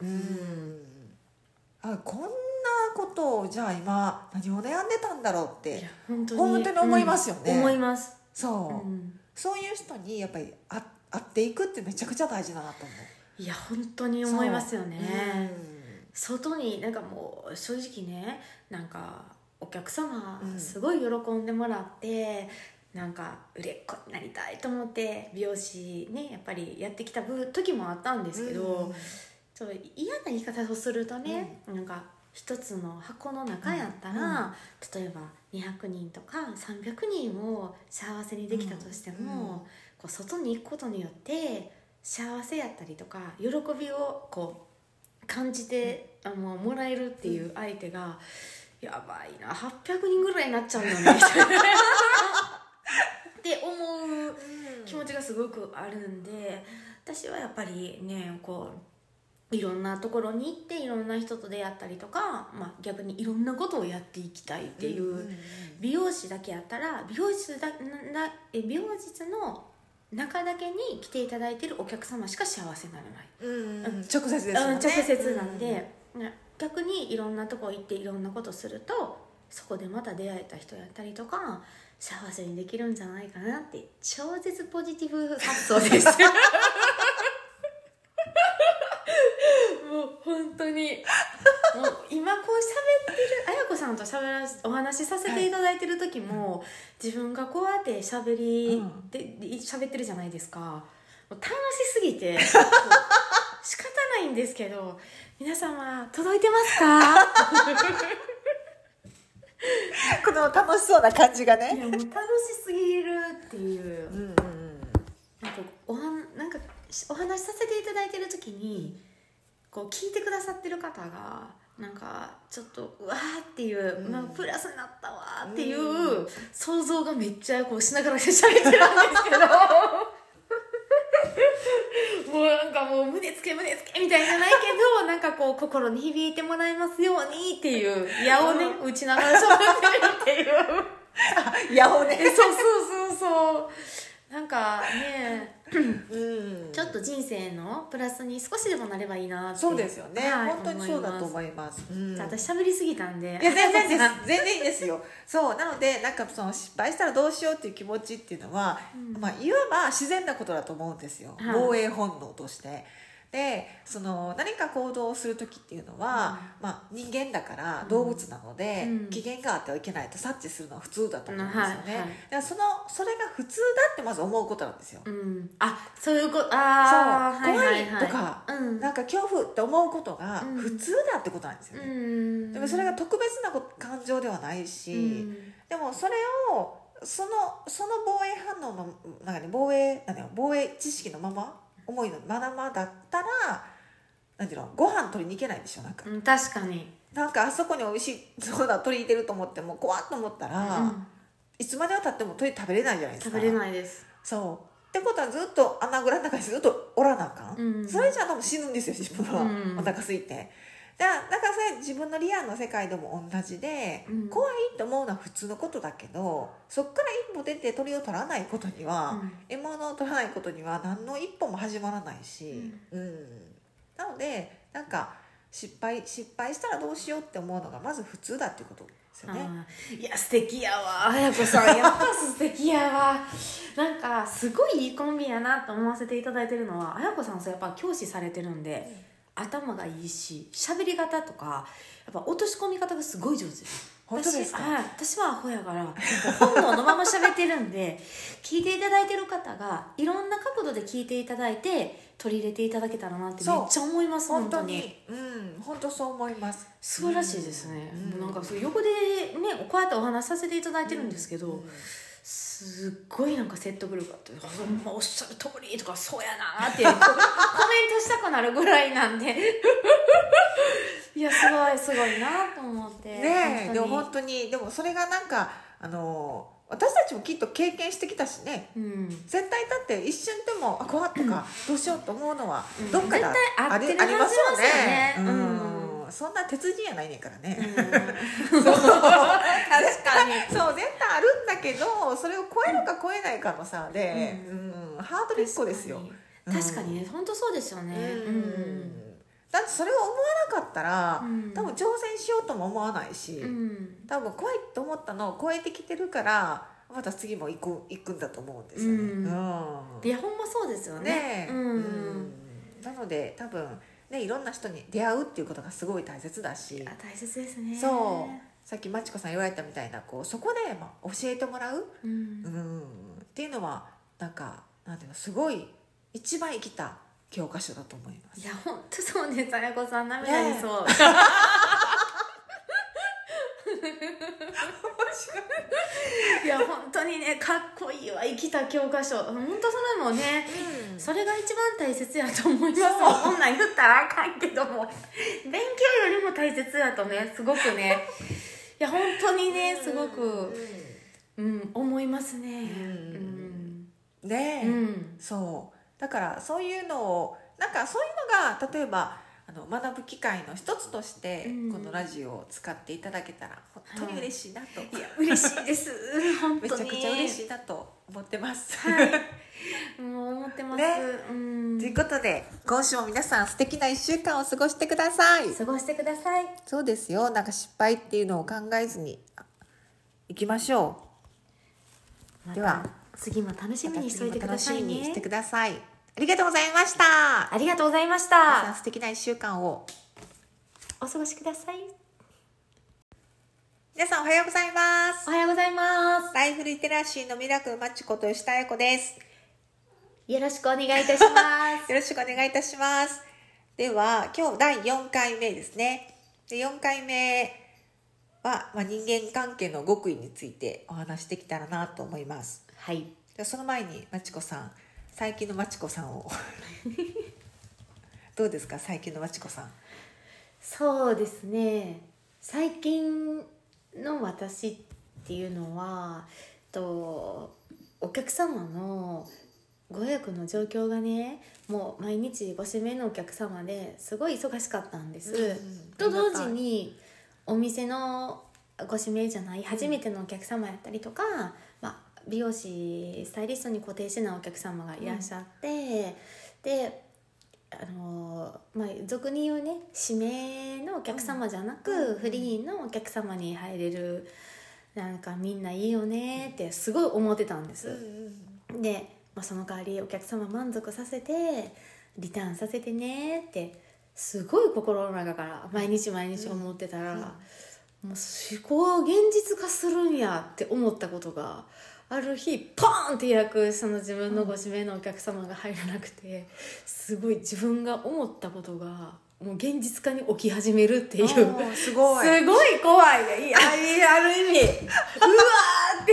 あこんなことをじゃあ今何を悩んでたんだろうって本当に、本当に思いますよね、 うん、思います。 そう、うん、そういう人にやっぱり会っていくってめちゃくちゃ大事だなと思う。 いや本当に思いますよね、うん、外になんかもう正直ねなんかお客様すごい喜んでもらって、うん、なんか売れっ子になりたいと思って美容師ねやっぱりやってきた時もあったんですけど、うん、ちょっと嫌な言い方をするとね、うん、なんか一つの箱の中やったら、うん、例えばにひゃくにんとかさんびゃくにんを幸せにできたとしても、うん、こう外に行くことによって幸せやったりとか喜びをこう感じて、うん、あのもらえるっていう相手が、やばいなはっぴゃくにんぐらいになっちゃうんだねって思う気持ちがすごくあるんで、私はやっぱりねこういろんなところに行っていろんな人と出会ったりとか、まあ、逆にいろんなことをやっていきたいっていう、うんうんうん、美容師だけやったら美容室だなえ美容室の中だけに来ていただいているお客様しか幸せにならない、 うんうん、直接ですよね。 直接なんで、うん、逆にいろんなとこ行っていろんなことするとそこでまた出会えた人やったりとか幸せにできるんじゃないかなって超絶ポジティブ発想ですもう本当にもう今こう喋ってるあやこさんと喋らお話しさせていただいてる時も、はい、自分がこうやって喋り、うん、で喋ってるじゃないですか。もう楽しすぎて仕方ないんですけど皆様届いてますかこの楽しそうな感じがね。 いやもう楽しすぎるっていう、うんうん、なんかおはなんかお話しさせていただいてる時にこう聞いてくださってる方がなんかちょっとうわーっていう、 うんまあ、プラスになったわーっていううん想像がめっちゃこうしながら喋ってるんですけどもうなんかもう胸つけ胸つけみたいじゃないけどなんかこう心に響いてもらえますようにっていう矢をね、打ちながら喋ってるっていう矢をねそうそうそうそうなんかね、 うん、 ちょっと人生のプラスに少しでもなればいいなってそうですよね、 はい、 本当にそうだと思思います、うん、 じゃあ私喋りすぎたんでいや全然です全然いいですよ。そうなのでなんかその失敗したらどうしようっていう気持ちっていうのは、うん、まあいわば自然なことだと思うんですよ、はい、防衛本能として。でその何か行動をする時っていうのは、うんまあ、人間だから動物なので、うん、機嫌があってはいけないと察知するのは普通だと思うんですよね、うんはいはい、だからそのそれが普通だってまず思うことなんですよ、うん、 あそういうことあそう怖いとか、はいはいはい、なんか恐怖って思うことが普通だってことなんですよね、うん、でもそれが特別な感情ではないし、うん、でもそれをそのその防衛反応の中に防衛何防衛知識のまま思いのまだまだったらなんていうのご飯取りに行けないでしょなんか、 うん、確かになんかあそこに美味しいそうだ鳥いてると思っても怖っと思ったら、うん、いつまでは経っても鳥食べれないじゃないですか。 食べれないです。 そうってことはずっと穴蔵の中にずっとおらなあかん、うん、それじゃ多分死ぬんですよ自分は、うん、お腹空いてだからだからそれ自分のリアルの世界でも同じで、うん、怖いと思うのは普通のことだけどそっから一歩出て鳥を取らないことには、うん、獲物を取らないことには何の一歩も始まらないし、うんうん、なのでなんか失敗失敗したらどうしようって思うのがまず普通だっていうことですよね。 いや素敵やわ綾子さんやっぱ素敵やわなんかすごいいいコンビやなと思わせていただいてるのは綾子さんはやっぱ教師されてるんで、うん頭がいいし喋り方とかやっぱ落とし込み方がすごい上手です。 本当ですか？ 私はアホやから本能のまま喋ってるんで聞いていただいてる方がいろんな角度で聞いていただいて取り入れていただけたらなってめっちゃ思います。本当にうん本当そう思います。 素晴らしいですね、うん、なんかそう横でねこうやってお話しさせていただいてるんですけど、うんうんすっごいなんか説得力があって「ほんまおっしゃる通り」とか「そうやな」ってコメントしたくなるぐらいなんでいやすごいすごいなと思ってねえでも本当にでもそれがなんかあの私たちもきっと経験してきたしね、うん、絶対だって一瞬でもあ怖っとか、どうしようと思うのはどっかであり、うん、ありますよね、うんうん、そんな鉄人やないねんからね、うん、そう確かにそう絶対あるんだけどそれを超えるか超えないかの差で、うんうん、ハードルいっこですよ。 確かにね、うん、本当そうですよね、うんうんだってそれを思わなかったら、うん、多分挑戦しようとも思わないし、うん、多分怖いと思ったのを超えてきてるからまた次も行く、行くんだと思うんですよね、うんうん、 いやほんまそうですよね、 ね、うんうん、なので多分ねいろんな人に出会うっていうことがすごい大切だし大切ですね。 そうさっきまちこさん言われたみたいなこうそこで、まあ、教えてもらう、うんうん、っていうのはなんかなんていうのすごい一番生きた教科書だと思います。 いや本当そうです綾子さん涙にそう、ね、いや本当にねかっこいいわ生きた教科書本当それもね、うん、それが一番大切やと思います。こんなん言ったらあかんけども勉強よりも大切やとねすごくねいや本当にねすごく、うんうん、思いますね、うんうん、ねえ、うん、そうだからそういうのをなんかそういうのが例えばあの学ぶ機会の一つとしてこのラジオを使っていただけたら本当に嬉しいなと、 はい、いや嬉しいです本当にめちゃくちゃ嬉しいなと思ってます、 はい、もう思ってます、 ね、うんということで今週も皆さん素敵ないっしゅうかんを過ごしてください。 過ごしてください。 そうですよなんか失敗っていうのを考えずにいきましょう、ま、では次も楽しみにしておいてくださいね。 楽しみにしてください。ありがとうございました。 ありがとうございました。 皆さん素敵ないっしゅうかんをお過ごしください。 皆さんおはようございます。 おはようございます。 ライフリテラシーのミラクルまちこと吉田彩子です。 よろしくお願いいたしますよろしくお願いいたします。では今日だいよんかいめですね。でよんかいめは、まあ、人間関係の極意についてお話してきたらなと思います。 はい。 でその前にまちこさん最近のまちこさんをどうですか最近のまちこさん。 そうですね、最近の私っていうのはとお客様のご予約の状況がね、もう毎日ご指名のお客様ですごい忙しかったんです、うん、と同時にお店のご指名じゃない初めてのお客様やったりとか、まあ、美容師スタイリストに固定してないお客様がいらっしゃって、うん、であのまあ、俗に言うね指名のお客様じゃなく、うん、フリーのお客様に入れるなんかみんないいよねってすごい思ってたんです、うん、で、まあ、その代わりお客様満足させてリターンさせてねってすごい心の中から毎日毎日思ってたら、うんうん、もう思考を現実化するんやって思ったことがある日ポーンって開くその自分のご指名のお客様が入らなくて、すごい自分が思ったことがもう現実化に起き始めるっていうすごいすごい怖いねいやある意味うわーってえこんなことが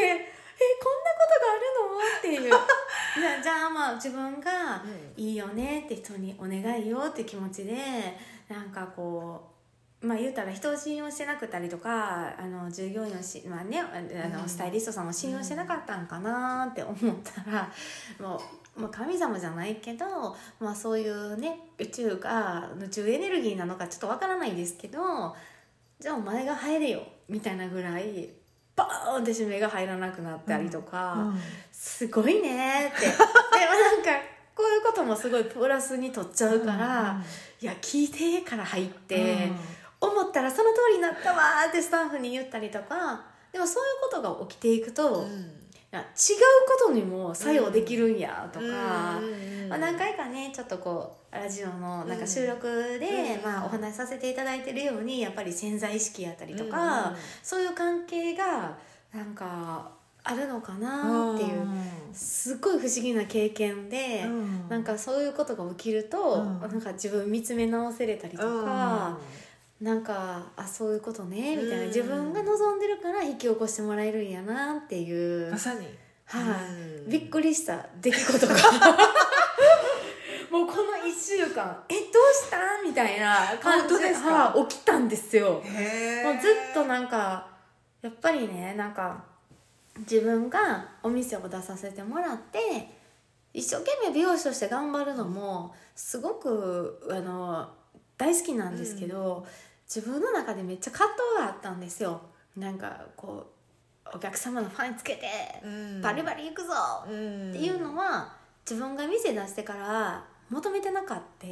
あるのっていうじゃあまあ自分がいいよねって人にお願いよって気持ちでなんかこうまあ言うたら人を信用してなくたりとかあの従業員をし、まあね、あのスタイリストさんを信用してなかったんかなって思ったら、もう、もう神様じゃないけど、まあ、そういうね宇宙が宇宙エネルギーなのかちょっとわからないですけど、じゃあお前が入れよみたいなぐらいバーンって指名が入らなくなったりとか、うんうん、すごいねってでもなんかこういうこともすごいプラスに取っちゃうから、うんうん、いや聞いてから入って、うん思ったらその通りになったわーってスタッフに言ったりとか、でもそういうことが起きていくと、うん、いや違うことにも作用できるんやとか、うんまあ、何回かねちょっとこうラジオのなんか収録で、うんまあ、お話しさせていただいてるようにやっぱり潜在意識やったりとか、うん、そういう関係がなんかあるのかなっていう、うん、すっごい不思議な経験で、うん、なんかそういうことが起きると、うん、なんか自分見つめ直せれたりとか、うんなんかあそういうことねみたいな、自分が望んでるから引き起こしてもらえるんやなっていうまさにはい、あ、びっくりした出来事がもうこのいっしゅうかんえどうしたみたいな感じで、はあ、起きたんですよ。 へもうずっとなんかやっぱりねなんか自分がお店を出させてもらって一生懸命美容師として頑張るのもすごくあの大好きなんですけど、うん自分の中でめっちゃ葛藤があったんですよ。なんかこうお客様のファンつけて、うん、バリバリ行くぞっていうのは自分が店出してから求めてなかった、うん、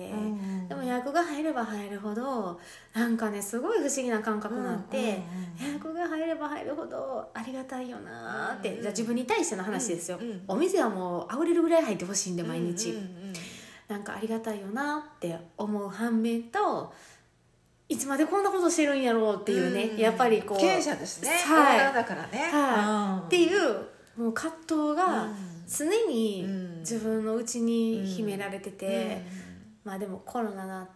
でも予約が入れば入るほどなんかねすごい不思議な感覚になって、うんうんうん、予約が入れば入るほどありがたいよなって、うんうん、じゃあ自分に対しての話ですよ、うんうん、お店はもう溢れるぐらい入ってほしいんで毎日、うんうんうん、なんかありがたいよなって思う反面といつまでこんなことしてるんやろうっていうね、うん、やっぱりこう経営者ですね、 はい、 だからね、 はい、っていうもう葛藤が常に自分の内に秘められてて、うんうん、まあでもコロナになって、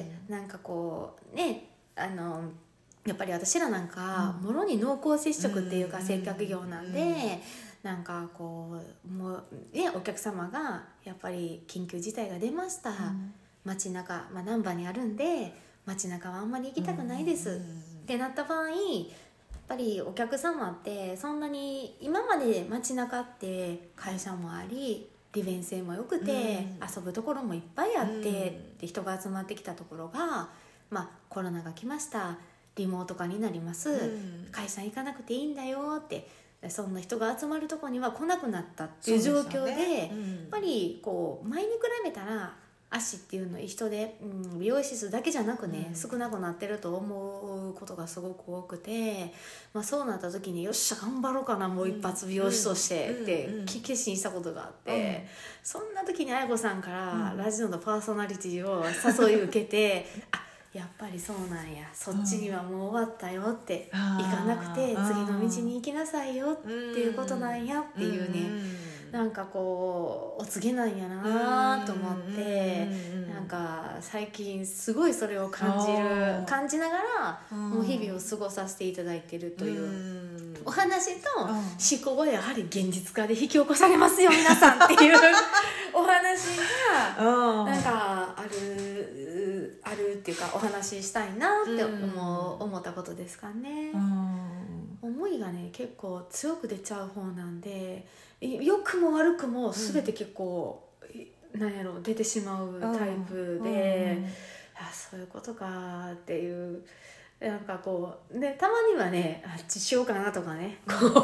うん、なんかこうねあのやっぱり私らなんか、うん、もろに濃厚接触っていうか、うん、接客業なんで、うん、なんかこうもうねお客様がやっぱり緊急事態が出ました、うん、街中、まあ、難波にあるんで街中はあんまり行きたくないです、うん、ってなった場合やっぱりお客様ってそんなに今まで街中って会社もあり利便性も良くて、うん、遊ぶところもいっぱいあって、うん、で人が集まってきたところが、まあ、コロナが来ましたリモート化になります、うん、会社行かなくていいんだよってそんな人が集まるところには来なくなったっていう状況 で, で、ねうん、やっぱりこう前に比べたら足っていうの人で、うん、美容室だけじゃなくね、うん、少なくなってると思うことがすごく多くて、まあ、そうなった時によっしゃ頑張ろうかなもう一発美容師としてって決心したことがあって、うんうん、そんな時にあやこさんからラジオのパーソナリティを誘い受けて、うん、あやっぱりそうなんやそっちにはもう終わったよって、うん、行かなくて次の道に行きなさいよっていうことなんやっていうね、うん、なんかこうお告げなんやなと思って、うん、なんか最近すごいそれを感じる感じながらもう日々を過ごさせていただいているというお話と思考はやはり現実化で引き起こされますよ皆さんっていうお話がなんかあるあるっていうかお話ししたいなって思う、思ったことですかね。思いがね結構強く出ちゃう方なんで、良くも悪くも全て結構、うん、なんやろ出てしまうタイプで、あそういうことかっていう、なんかこうね、たまにはねあっちしようかなとかね、こう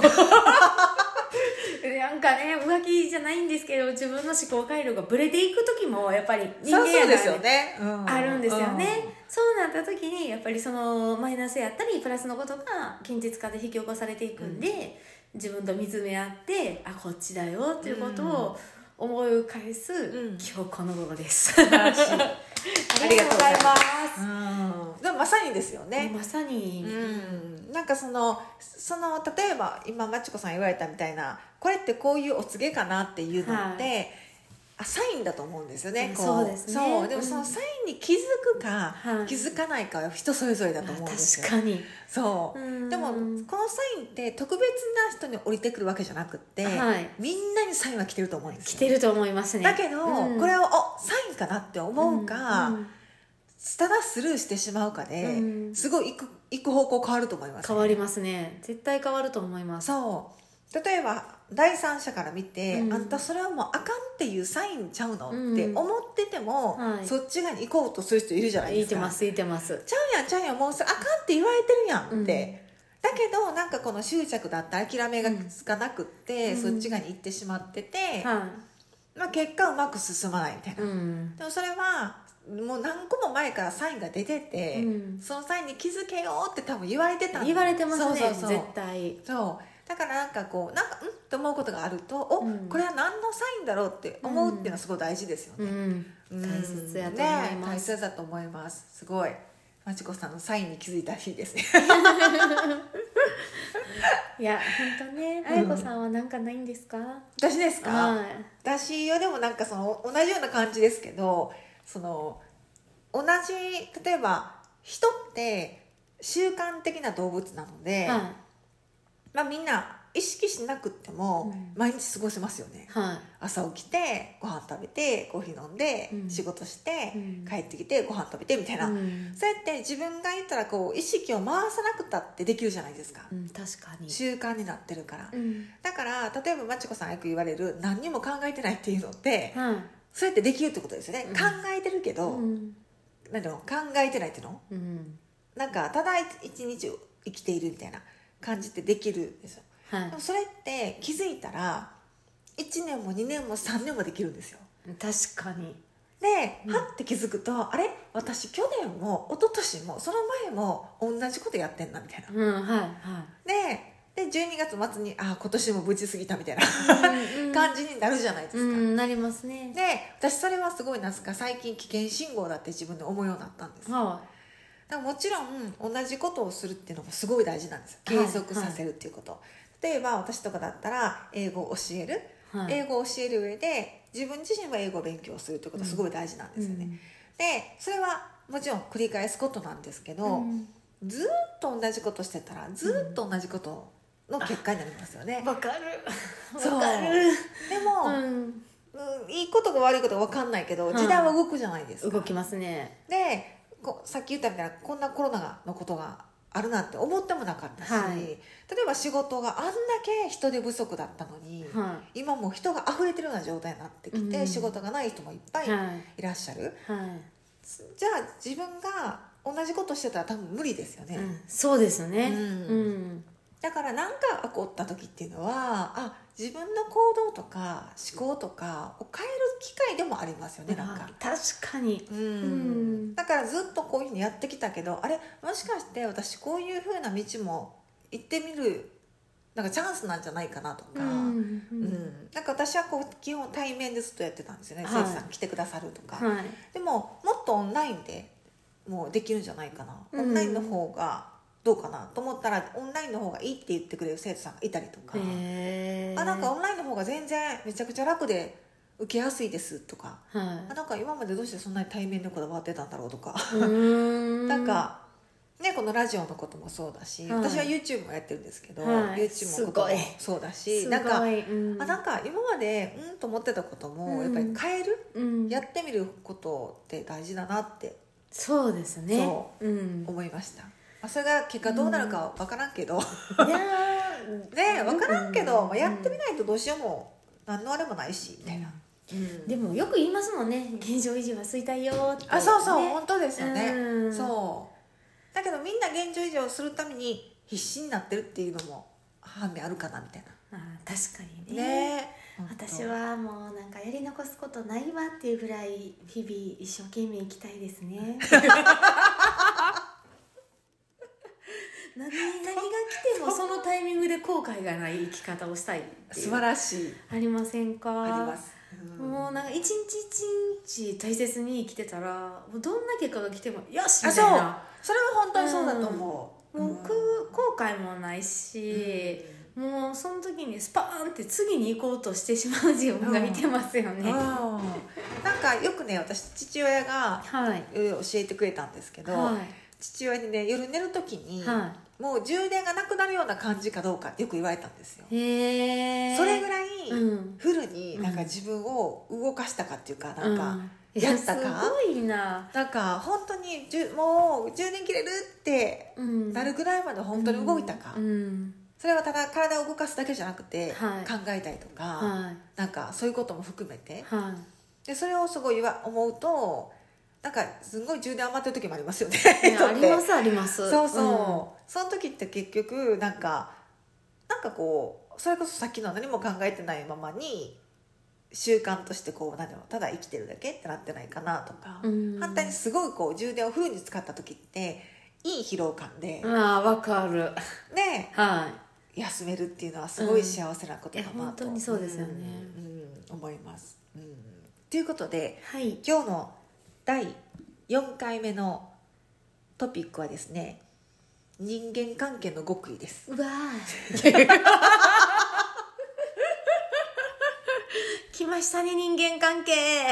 なんかね浮気じゃないんですけど自分の思考回路がブレていく時もやっぱり人間やからねあるんですよね。そうなった時にやっぱりそのマイナスやったりプラスのことが現実化で引き起こされていくんで、うん、自分と見つめ合ってあこっちだよっていうことを思い返す、うん、今日この頃です。素晴らしい。ありがとうございます。 うん、でもまさにですよね。 まさに、 うん、なんかそのその例えば今まちこさん言われたみたいなこれってこういうお告げかなっていうのって、はい、あサインだと思うんですよね。 うん、そうですね。 そうでもそのサインに気づくか、うん、気づかないかは人それぞれだと思うんですよ。 確かにそう、うん、でもこのサインって特別な人に降りてくるわけじゃなくって、はい、みんなにサインは来てると思うんですよ。 来てると思いますね。 だけど、うん、これをおサインかなって思うか、うんうん、ただスルーしてしまうかで、うん、すごい行く、行く方向変わると思います、ね、 変わりますね。絶対変わると思います。 そう例えば第三者から見て、うん、あんたそれはもうあかんっていうサインちゃうの、うん、って思ってても、はい、そっち側に行こうとする人いるじゃないですか。 言ってます言ってます。 ちゃうやんちゃうやんもうそれあかんって言われてるやんって、うん、だけどなんかこの執着だった諦めがつかなくって、うん、そっち側に行ってしまってて、うんまあ、結果うまく進まないみたいな、うん、でもそれはもう何個も前からサインが出てて、うん、そのサインに気づけようって多分言われてたん言われてますね。 そうそうそう絶対そうだからなんかこうなんかうんって思うことがあるとお、うん、これは何のサインだろうって思うっていうのはすごい大事ですよね、うんうん、大切やと思います、 ね、大切だと思います。すごいまちこさんのサインに気づいた日ですねいや本当ね、あやこさんは何かないんですか？ 私ですか、 はい、 私はでもなんかその同じような感じですけど、その同じ例えば人って習慣的な動物なので、はいまあ、みんな意識しなくっても毎日過ごせますよね、うんはい、朝起きてご飯食べてコーヒー飲んで、うん、仕事して、うん、帰ってきてご飯食べてみたいな、うん、そうやって自分が言ったらこう意識を回さなくたってできるじゃないですか、 うん、確かに習慣になってるから、うん、だから例えばまちこさんがよく言われる何にも考えてないっていうのって、うん、そうやってできるってことですよね、うん、考えてるけど、うん、なんだろう考えてないっていうの、うん、なんかただ一日生きているみたいな感じってできるんですよ、はい、でもそれって気づいたらいちねんもにねんもさんねんもできるんですよ。 確かに。 で、うん、はって気づくとあれ私去年も一昨年もその前も同じことやってんなみたいな、 うんはいはい、 ででじゅうにがつ末にあ今年も無事過ぎたみたいなうん、うん、感じになるじゃないですか、うん、 なりますね。 で私それはすごいなんですか最近危険信号だって自分で思うようになったんです、はい、もちろん同じことをするっていうのもすごい大事なんですよ。継続させるっていうこと、はいはい、例えば私とかだったら英語を教える、はい、英語を教える上で自分自身は英語を勉強するっていうことはすごい大事なんですよね、うん、でそれはもちろん繰り返すことなんですけど、うん、ずっと同じことしてたらずっと同じことの結果になりますよね。 わ、うん、かるそうでも、うんうん、いいことか悪いことか分かんないけど時代は動くじゃないですか、 動きますね。 でこさっき言ったみたいなこんなコロナのことがあるなんて思ってもなかったし、はい、例えば仕事があんだけ人手不足だったのに、はい、今もう人が溢れてるような状態になってきて、うん、仕事がない人もいっぱいいらっしゃる、はいはい、じゃあ自分が同じことしてたら多分無理ですよね、うん、 そうですね、うんうん、だから何か起こった時っていうのはあ自分の行動とか思考とかを変える機会でもありますよね。なんか確かに、うん、うん、 だからずっとこういうふうにやってきたけどあれもしかして私こういうふうな道も行ってみるなんかチャンスなんじゃないかなとか、うんうんうん、なんか私はこう基本対面でずっとやってたんですよね、はい、生徒さん来てくださるとか、はい、でももっとオンラインでもうできるんじゃないかな、うん、オンラインの方がどうかなと思ったらオンラインの方がいいって言ってくれる生徒さんがいたりとか、あなんかオンラインの方が全然めちゃくちゃ楽で受けやすいですとか、はい、あなんか今までどうしてそんなに対面でこだわってたんだろうとかなんかねこのラジオのこともそうだし、はい、私は YouTube もやってるんですけど、はい、YouTube のこともそうだしなんか、うん、あなんか今までうんと思ってたこともやっぱり変える、うん、やってみることって大事だなってそうですね。 そう、うん、思いました。まあ、それが結果どうなるか分からんけど、うん、いやね分からんけど、うんまあ、やってみないとどうしようも何のあれもないしみたいな、 うん、でもよく言いますもんね、現状維持は衰退よって、ね、 あそうそう本当ですよね、 うん、 そうだけどみんな現状維持をするために必死になってるっていうのも反面あるかなみたいな。 あ確かにね。 ね私はもうなんかやり残すことないわっていうぐらい日々一生懸命生きたいですね何, 何が来てもそのタイミングで後悔がない生き方をしたいっていう素晴らしいありませんか。 あります、 うん、もうなんか一日一日大切に生きてたらもうどんな結果が来てもよしみたいな。 そうそれは本当にそうだと思う、うん、もう後悔もないし、うん、もうその時にスパーンって次に行こうとしてしまう自分がいてますよね、うん、 なんかよくね私父親が、はい、教えてくれたんですけど、はい、父親にね夜寝る時に、はい、もう充電がなくなるような感じかどうかってよく言われたんですよ。へそれぐらいフルになんか自分を動かしたかっていうか、なんかやったか、うん、 すごいな。 なんか本当にじゅもう充電切れるってなるぐらいまで本当に動いたか、うんうん、それはただ体を動かすだけじゃなくて、はい、考えたりとか、はい、なんかそういうことも含めて、はい、でそれをすごい思うとなんかすごい充電余ってる時もありますよねありますあります。 そうそう、うん、その時って結局なんかなんかこうそれこそさっきの何も考えてないままに習慣としてこう何だろうただ生きてるだけってなってないかなとか、うん、反対にすごいこう充電をフルに使った時っていい疲労感で、 ああわかるね、 はい、 休めるっていうのはすごい幸せなことだなと、 うん、いや本当にそうですよね、 うんうん、思います、うん、ということで、 はい、 今日のだいよんかいめのトピックはですね、人間関係の極意です。 うわ来ましたね、人間関係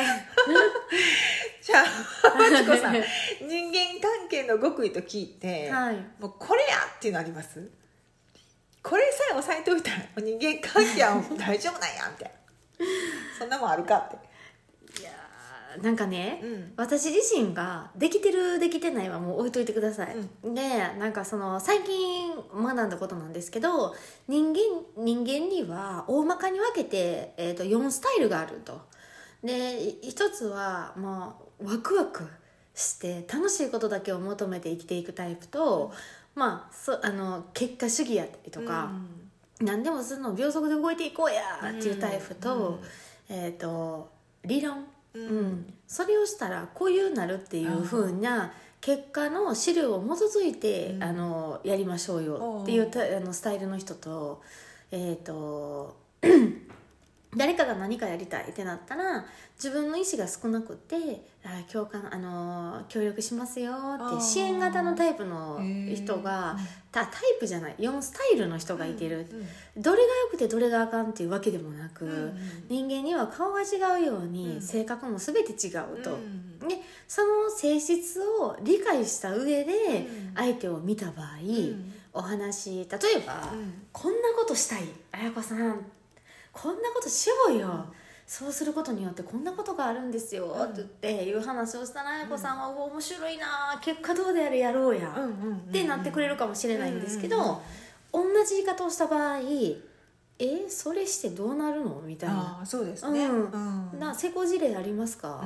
じゃあまちこさん人間関係の極意と聞いて、はい、もうこれやっていうのあります？これさえ押さえておいたら人間関係は大丈夫なんやみたいなそんなもんあるかって。 いやなんかね、うん、私自身ができてるできてないはもう置いといてください、うん、でなんかその最近学んだことなんですけど、人間人間には大まかに分けて、えー、とよんスタイルがあると。で一つは、まあ、ワクワクして楽しいことだけを求めて生きていくタイプと、うん、まあ、そあの結果主義やったりとか、うん、何でもするの秒速で動いていこうやっていうタイプと、うん、えー、と理論、うんうん、それをしたらこういうなるっていう風な結果の資料を基づいて、うん、あのやりましょうよっていうあのスタイルの人と、えっ、ー、と誰かが何かやりたいってなったら自分の意思が少なくてあ共感あの協力しますよって支援型のタイプの人がタイプじゃないよんスタイルの人がいてる、うんうん、どれが良くてどれがあかんっていうわけでもなく、うんうん、人間には顔が違うように、うん、性格も全て違うと、うん、でその性質を理解した上で相手を見た場合、うん、お話例えば、うん、こんなことしたい綾子さんこんなことしようよ、うん、そうすることによってこんなことがあるんですよ、うん、って言っていう話をしたら綾子さんは、うん、面白いな結果どうであれやろうや、うんうんうんうん、ってなってくれるかもしれないんですけど、うんうんうん、同じ言い方をした場合えそれしてどうなるのみたいな。 あそうですね、 うんうん、な成功事例ありますか、うん、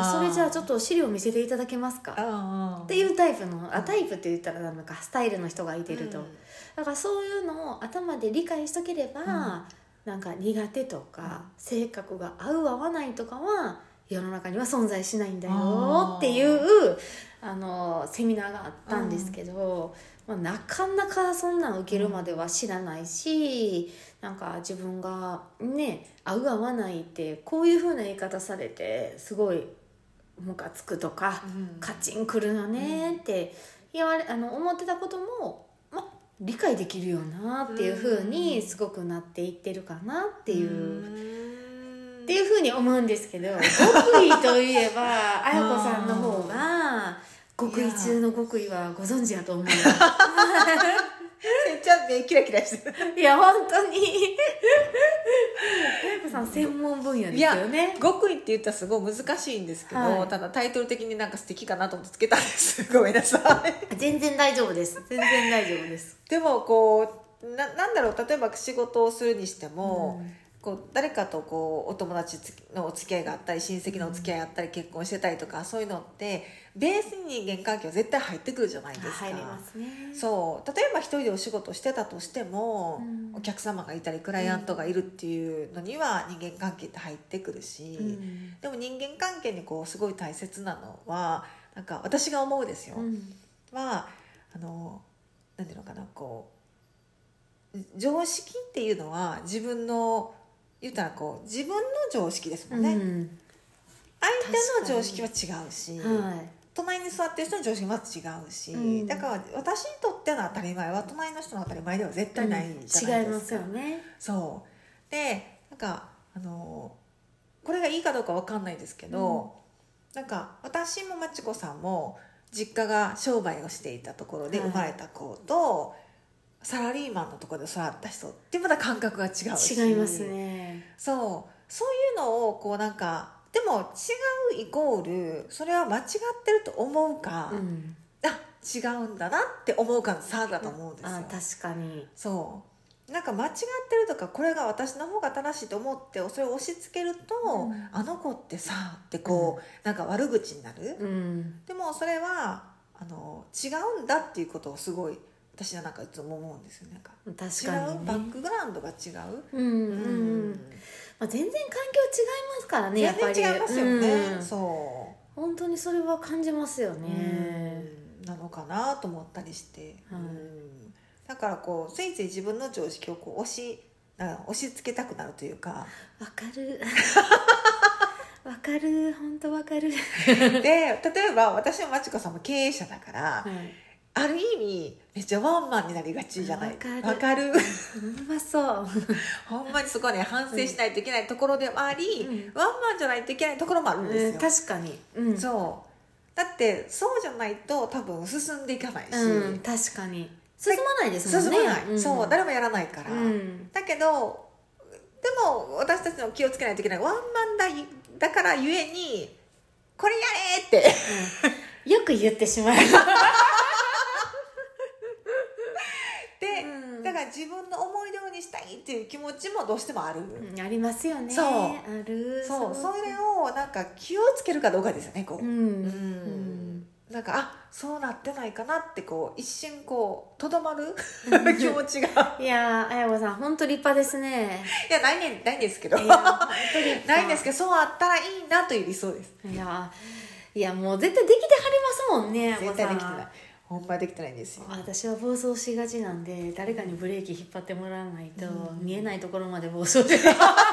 それじゃあちょっと資料見せていただけますかっていうタイプのあタイプって言ったらなんかスタイルの人がいてると、うん、だからそういうのを頭で理解しとければ、うんなんか苦手とか性格が合う合わないとかは世の中には存在しないんだよっていうあのセミナーがあったんですけど、まあ、なかなかそんなん受けるまでは知らないし、なんか自分がね合う合わないってこういう風な言い方されてすごいムカつくとか、うん、カチンくるよねって言われあの思ってたことも理解できるよなっていう風にすごくなっていってるかなっていう、っていう風に思うんですけど極意といえば綾子さんの方が極意中の極意はご存知やと思うめっちゃ目キラキラしてるいや本当にさん専門分野ですよね。 極意って言ったらすごい難しいんですけど、 はい、 ただタイトル的になんか素敵かなと思ってつけたんですごめんなさい全然大丈夫です全然大丈夫ですでもこう な, なんだろう例えば仕事をするにしても、うん、こう誰かとこうお友達のお付き合いがあったり親戚のお付き合いがあったり、うん、結婚してたりとかそういうのってベースに人間関係は絶対入ってくるじゃないですか。 入りますね。 そう例えば一人でお仕事してたとしても、うん、お客様がいたりクライアントがいるっていうのには人間関係って入ってくるし、うん、でも人間関係にこうすごい大切なのはなんか私が思うですよ、うん、はあの何ていうのかなこう常識っていうのは自分の言ったらこう自分の常識ですもんね、うん、相手の常識は違うし、はい、隣に座ってる人の常識もまず違うし、うん、だから私にとっての当たり前は隣の人の当たり前では絶対ないじゃないですか、うん、違いますよね。そうでなんかあのこれがいいかどうか分かんないですけど、うん、なんか私もまちこさんも実家が商売をしていたところで生まれた子と、はい、サラリーマンのところで育った人ってまた感覚が違うし、 違いますね。 そうそういうのをこうなんかでも違うイコールそれは間違ってると思うか、うん、あ違うんだなって思うかの差だと思うんですよ。 あ確かにそうなんか間違ってるとかこれが私の方が正しいと思ってそれを押し付けると、うん、あの子ってさってこう、うん、なんか悪口になる、うん、でもそれはあの違うんだっていうことをすごい私はなんかいつも思うんですよね。なんか確かに、ね、 違うバックグラウンドが違う、 うんうんうんまあ、全然環境違いますからねやっぱり。 全然違いますよね、うん、そう本当にそれは感じますよね、 うん、なのかなと思ったりして、うん、だからこうついつい自分の常識をこう押しなんか押し付けたくなるというか。 わかるわかる本当わかるで例えば私もまちこさんも経営者だから、はいある意味めっちゃワンマンになりがちじゃない。わかる。わかる。 ほんまそう。 ほんまにそこはね反省しないといけないところでもあり、うん、ワンマンじゃないといけないところもあるんですよ。 うん、確かに、 うん。そう。だってそうじゃないと多分進んでいかないし。 うん、確かに。進まないですもんね。 進まない。うん、そう誰もやらないから。うん、だけどでも私たちの気をつけないといけないワンマンだだからゆえにこれやれって、 うん、よく言ってしまう。 だから自分の思い通りにしたいっていう気持ちもどうしてもある、 うん、ありますよね。 そうあるそうそれをなんか気をつけるかどうかですよねこう、うんうん、なんかあそうなってないかなってこう一瞬こうとどまる気持ちがいやあやこさん本当立派ですね。 いやないねないんですけどないんですけどそうあったらいいなという理想です。 いやいやもう絶対できてはりますもんね。 絶対できてないほんまできてないんですよ。 私は暴走しがちなんで誰かにブレーキ引っ張ってもらわないと、うん、見えないところまで暴走して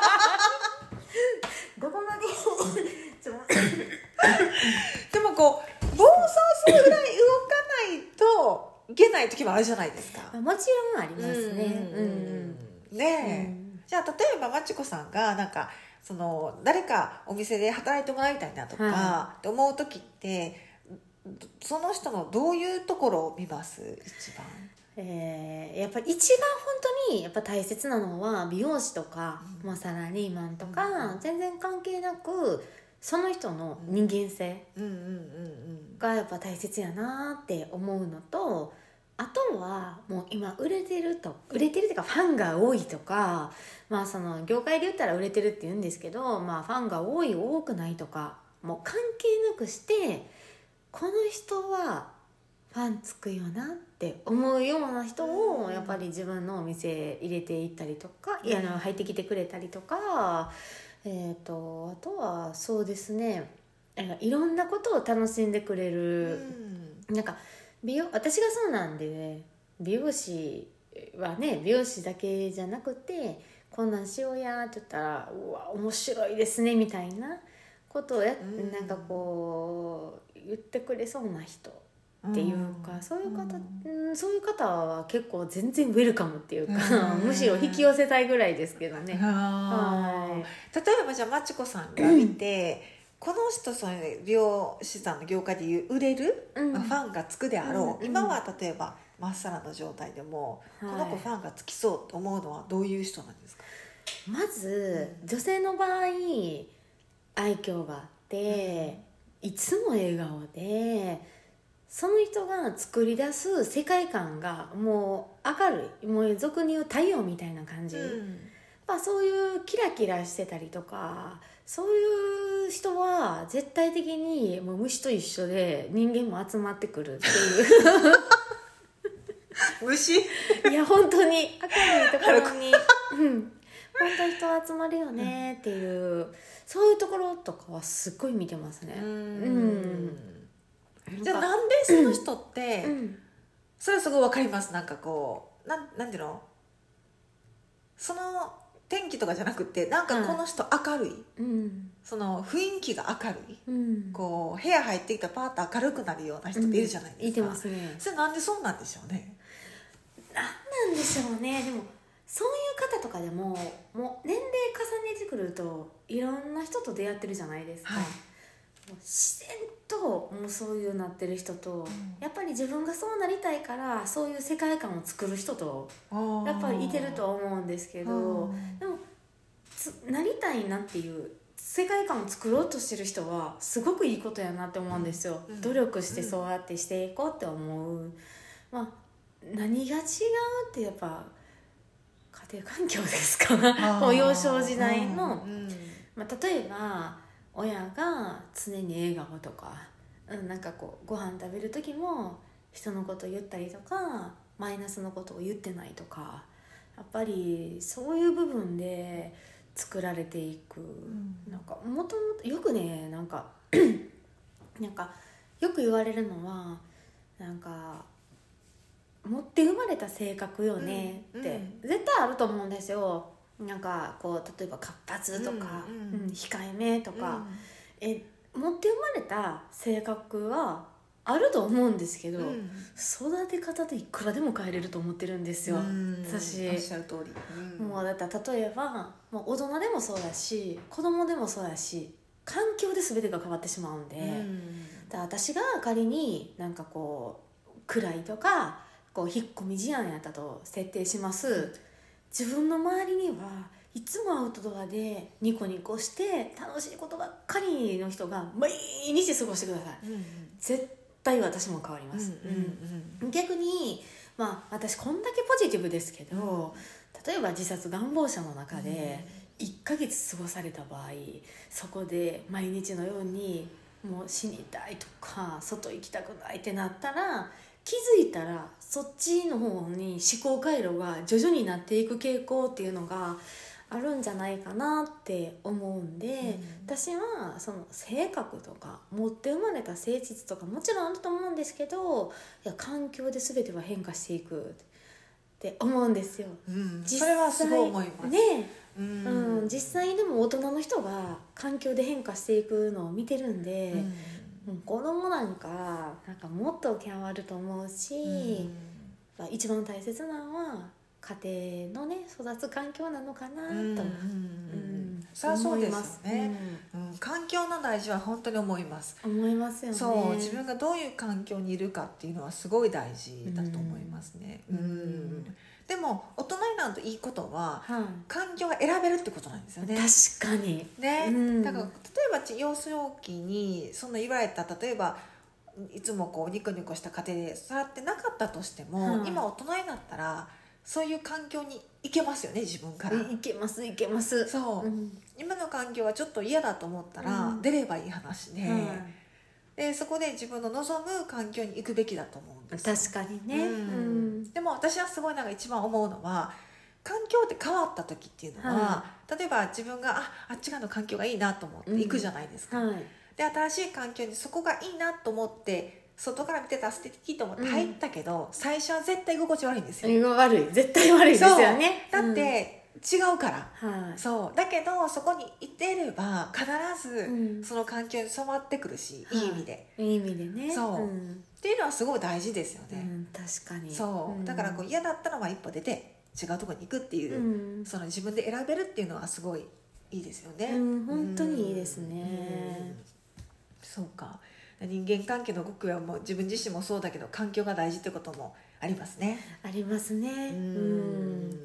どこまででもこう暴走するぐらい動かないといけない時もあるじゃないですか。 もちろんありますね。うんうん、ねえ、うん、じゃあ例えばまちこさんがなんかその誰かお店で働いてもらいたいなとか、はい、って思う時ってその人のどういうところを見ます一番、 えー、やっぱり一番本当にやっぱ大切なのは美容師とか、うんまあ、サラリーマンとか、うん、全然関係なくその人の人間性がやっぱ大切やなって思うのと、あとはもう今売れてると売れてるっていうかファンが多いとか、まあその業界で言ったら売れてるって言うんですけど、まあファンが多い多くないとかもう関係なくしてこの人はファンつくよなって思うような人をやっぱり自分のお店入れていったりとか、いや入ってきてくれたりとか、えーとあとはそうですね、いろんなことを楽しんでくれる、なんか美容私がそうなんで、ね、美容師はね美容師だけじゃなくてこんなんしようやって言ったらうわ面白いですねみたいなことをや、うん、なんかこう言ってくれそうな人っていうか、うん、そういう方、うん、そういう方は結構全然ウェルカムっていうか、うん、むしろ引き寄せたいぐらいですけどね。はい、 例えばじゃあまちこさんが見て、うん、この人その美容師さんの業界でいう売れる、うんまあ、ファンがつくであろう、うん、今は例えばまっさらの状態でも、はい、この子ファンがつきそうと思うのはどういう人なんですか？ まず女性の場合愛嬌があって、うん、いつも笑顔でその人が作り出す世界観がもう明るい、もう俗に言う太陽みたいな感じ、うん、まあ、そういうキラキラしてたりとかそういう人は絶対的にもう虫と一緒で人間も集まってくるっていう虫いや本当に明るいところに、うん、本当に人集まるよねっていう、うん、そういうところとかはすっごい見てますね。うん、 うん、じゃあなんでその人って、うん、それはすごい分かります。なんかこう な, なんていうのその天気とかじゃなくてなんかこの人明るい、うん、その雰囲気が明るい、うん、こう部屋入ってきたらパーッと明るくなるような人っているじゃないですか、うん、 いてますね。 それなんでそうなんでしょうね。 なんなんでしょうね。でもそういう方とかでももう年齢重ねてくるといろんな人と出会ってるじゃないですか、はい、もう自然ともうそういうなってる人と、うん、やっぱり自分がそうなりたいからそういう世界観を作る人とやっぱりいてるとは思うんですけど、でもなりたいなっていう世界観を作ろうとしてる人はすごくいいことやなって思うんですよ、うん、努力してそうやってしていこうって思う、まあ、何が違うってやっぱ家庭環境ですかもう幼少時代の、うんまあ、例えば親が常に笑顔とか、うん、なんかこうご飯食べる時も人のこと言ったりとかマイナスのことを言ってないとか、やっぱりそういう部分で作られていく、うん、なんかもともとよくねなんかなんかよく言われるのはなんか持って生まれた性格よねって、うん、絶対あると思うんですよ。なんかこう例えば活発とか、うんうん、控えめとか、うん、え持って生まれた性格はあると思うんですけど、うん、育て方でいくらでも変えれると思ってるんですよ、うん、私。 おっしゃる通り、 うん、もうだったら例えばもう大人でもそうだし子供でもそうだし環境で全てが変わってしまうんで、うん、だ私が仮になんかこう暗いとかこう引っ込み思案やったと設定します。自分の周りにはいつもアウトドアでニコニコして楽しいことばっかりの人が毎日過ごしてください、うんうん、絶対私も変わります、うんうんうん、逆に、まあ、私こんだけポジティブですけど、うん、例えば自殺願望者の中でいっかげつ過ごされた場合そこで毎日のようにもう死にたいとか外行きたくないってなったら気づいたらそっちの方に思考回路が徐々になっていく傾向っていうのがあるんじゃないかなって思うんで、うん、私はその性格とか持って生まれた性質とかもちろんあると思うんですけど、いや環境で全ては変化していくって思うんですよ、 うん、それはすごい思いますね、うんうん、実際でも大人の人が環境で変化していくのを見てるんで、うん子供なんか、なんかもっと変わると思うし、うん、一番大切なのは家庭のね育つ環境なのかなと、うんうんうん、 さあそうですよね、うんうん、環境の大事は本当に思います思いますよね。 そう自分がどういう環境にいるかっていうのはすごい大事だと思いますね、うんうん、でも大人になるといいことは、はい、環境が選べるってことなんですよね。 確かにね、うん、だから例えば幼少期にそんな言われた例えばいつもこうニコニコした家庭で育ってなかったとしても、はい、今大人になったらそういう環境に行けますよね自分から。 行けます行けますそう、うん、今の環境はちょっと嫌だと思ったら出ればいい話で、うん、でそこで自分の望む環境に行くべきだと思うんですよ。確かにね、うんうん、 でも私はすごいなんか一番思うのは環境って変わった時っていうのは、はい、例えば自分が あ, あっち側の環境がいいなと思って行くじゃないですか、うんはい、で新しい環境にそこがいいなと思って外から見てたら素敵と思って入ったけど、うん、最初は絶対居心地悪いんですよ。 悪い絶対悪いですよね。 だって、うん、違うから、はい、そうだけどそこにいてれば必ずその環境に染まってくるし、うん、いい意味で、 はい、いい意味でねそう、うん、っていうのはすごい大事ですよね、 うん、確かにそう、だからこう嫌だったらまあ一歩出て違うところに行くっていう、うん、その自分で選べるっていうのはすごいいいですよね、 うん、本当にいいですね、 うん、そうか人間関係の極意はもう自分自身もそうだけど環境が大事ってこともありますね。 ありますね。うん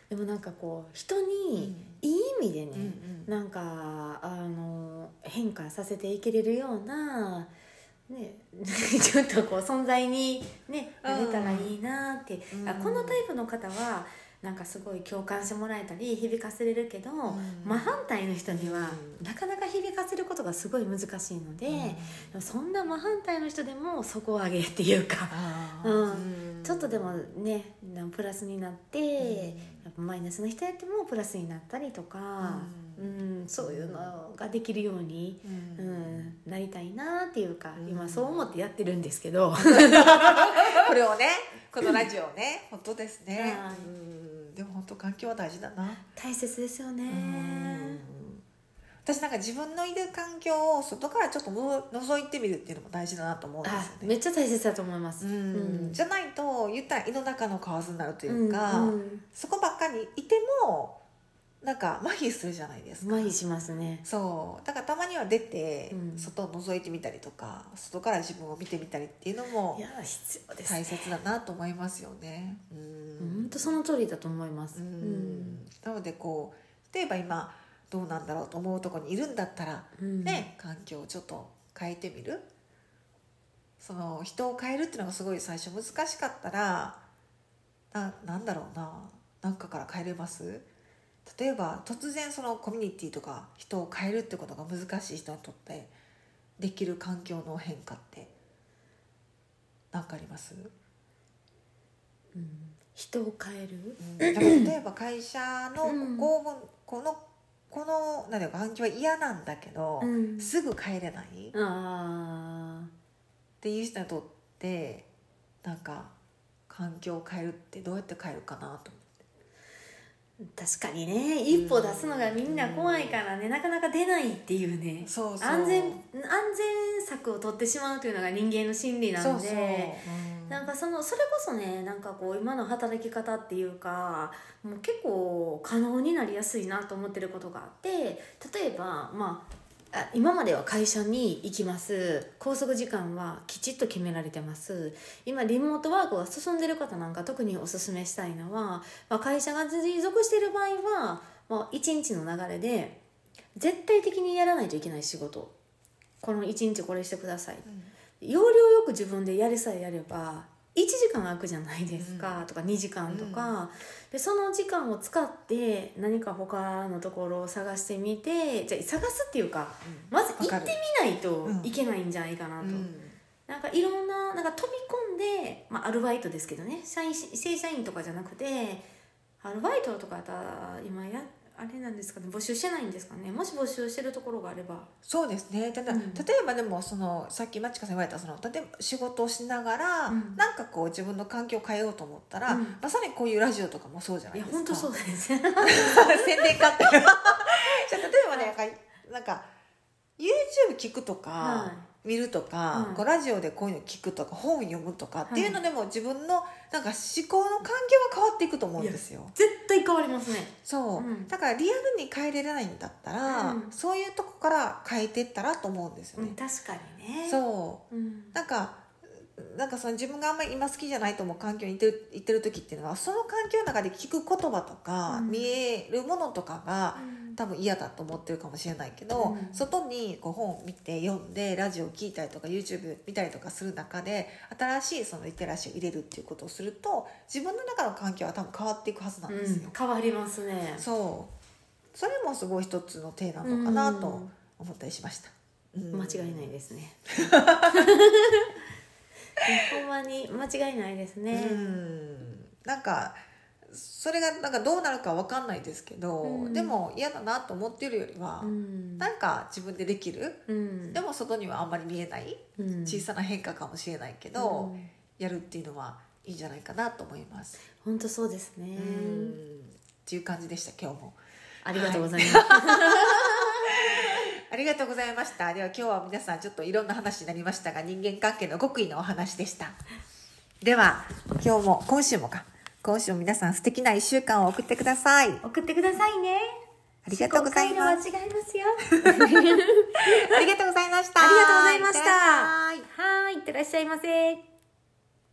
でもなんかこう人にいい意味でね、 うんうんなんかあの変化させていけれるような、ね、ちょっとこう存在に、ね、なれたらいいなって、 うん、 あこのタイプの方はなんかすごい共感してもらえたり響かせれるけど、うん、真反対の人にはなかなか響かせることがすごい難しいので、うん、そんな真反対の人でも底上げっていうか、うんうん、ちょっとでもねプラスになって、うん、やっぱマイナスの人やってもプラスになったりとか、うんうん、そういうのができるように、うんうん、なりたいなっていうか、うん、今そう思ってやってるんですけどこれをねこのラジオね本当ですね、うん、でも本当環境は大事だな。 大切ですよね。うん、 私なんか自分のいる環境を外からちょっとの覗いてみるっていうのも大事だなと思うんですよね。 めっちゃ大切だと思います、 うんうん、 じゃないと言ったら胃の中の蛙になるというか、うんうん、そこばっかりいてもなんか麻痺するじゃないですか。 麻痺しますね。 そうだからたまには出て、うん、外を覗いてみたりとか外から自分を見てみたりっていうのもいや必要ですね。 大切だなと思いますよね。うん、 本当その通りだと思います。うん、うん、 なのでこう例えば今どうなんだろうと思うところにいるんだったら、うん、ね環境をちょっと変えてみる。その人を変えるっていうのがすごい最初難しかったら な, なんだろうな何かから変えれます。例えば突然そのコミュニティとか人を変えるってことが難しい人にとってできる環境の変化って何かあります？ うん、人を変える、 うん、だから例えば会社のこう、うん、このこのなんだろう環境は嫌なんだけど、うん、すぐ変えれないあっていう人にとってなんか環境を変えるってどうやって変えるかなと思って。 確かにね一歩出すのがみんな怖いからね、うん、なかなか出ないっていうね。そうそう安全安全策を取ってしまうというのが人間の心理なので、そうそう、うん、なんかそのそれこそねなんかこう今の働き方っていうかもう結構可能になりやすいなと思ってることがあって、例えばまあ今までは会社に行きます、拘束時間はきちっと決められてます。今リモートワークが進んでる方なんか特におすすめしたいのは、まあ、会社が持続している場合は、まあ、いちにちの流れで絶対的にやらないといけない仕事、このいちにちこれしてください、うん、要領よく自分でやりさえやればいちじかん空くじゃないですか、うん、とかにじかんとか、うん、でその時間を使って何か他のところを探してみて、じゃあ探すっていうか、うん、まず行ってみないといけないんじゃないかなと、うん、なんかいろんな、なんか飛び込んで、まあ、アルバイトですけどね、社員正社員とかじゃなくてアルバイトとかだったら今やあれなんですかね、募集してないんですかね。もし募集してるところがあれば。そうですね。ただ、うん、例えばでもそのさっきまちかさん言われたその例えば仕事をしながら、うん、なんかこう自分の環境を変えようと思ったら、うん、まさにこういうラジオとかもそうじゃないですか。いや本当そうです。宣伝家ってじゃあ例えばね、はい、なんか YouTube 聞くとか、はい、見るとか、うん、こうラジオでこういうの聞くとか本読むとかっていうのでも、はい、自分のなんか思考の環境は変わっていくと思うんですよ。絶対変わりますね。そう、うん、だからリアルに変えれないんだったら、うん、そういうとこから変えていったらと思うんですよね、うん、確かにね。そう、うん、なんかなんかその自分があんまり今好きじゃないと思う環境に行ってる、行ってる時っていうのはその環境の中で聞く言葉とか、うん、見えるものとかが、うん、多分嫌だと思ってるかもしれないけど、うん、外にこう本を見て読んでラジオを聞いたりとか YouTube 見たりとかする中で新しいそのリテラシーを入れるっていうことをすると自分の中の環境は多分変わっていくはずなんですよ、うん、変わりますね。そうそれもすごい一つの手なのかなと思ったりしました、うん、間違いないですねほんまに間違いないですね。うんなんかそれがなんかどうなるか分かんないですけど、うん、でも嫌だなと思ってるよりは、うん、なんか自分でできる、うん、でも外にはあんまり見えない、うん、小さな変化かもしれないけど、うん、やるっていうのはいいんじゃないかなと思います。本当そうですね。うんっていう感じでした今日も。ありがとうございます、はいありがとうございました。では今日は皆さんちょっといろんな話になりましたが人間関係の極意のお話でした。では今日も今週もか今週も皆さん素敵ないっしゅうかんを送ってください。送ってくださいね。ありがとうございます。間違いますよありがとうございました。ありがとうございました。はい、いってらっしゃいませ。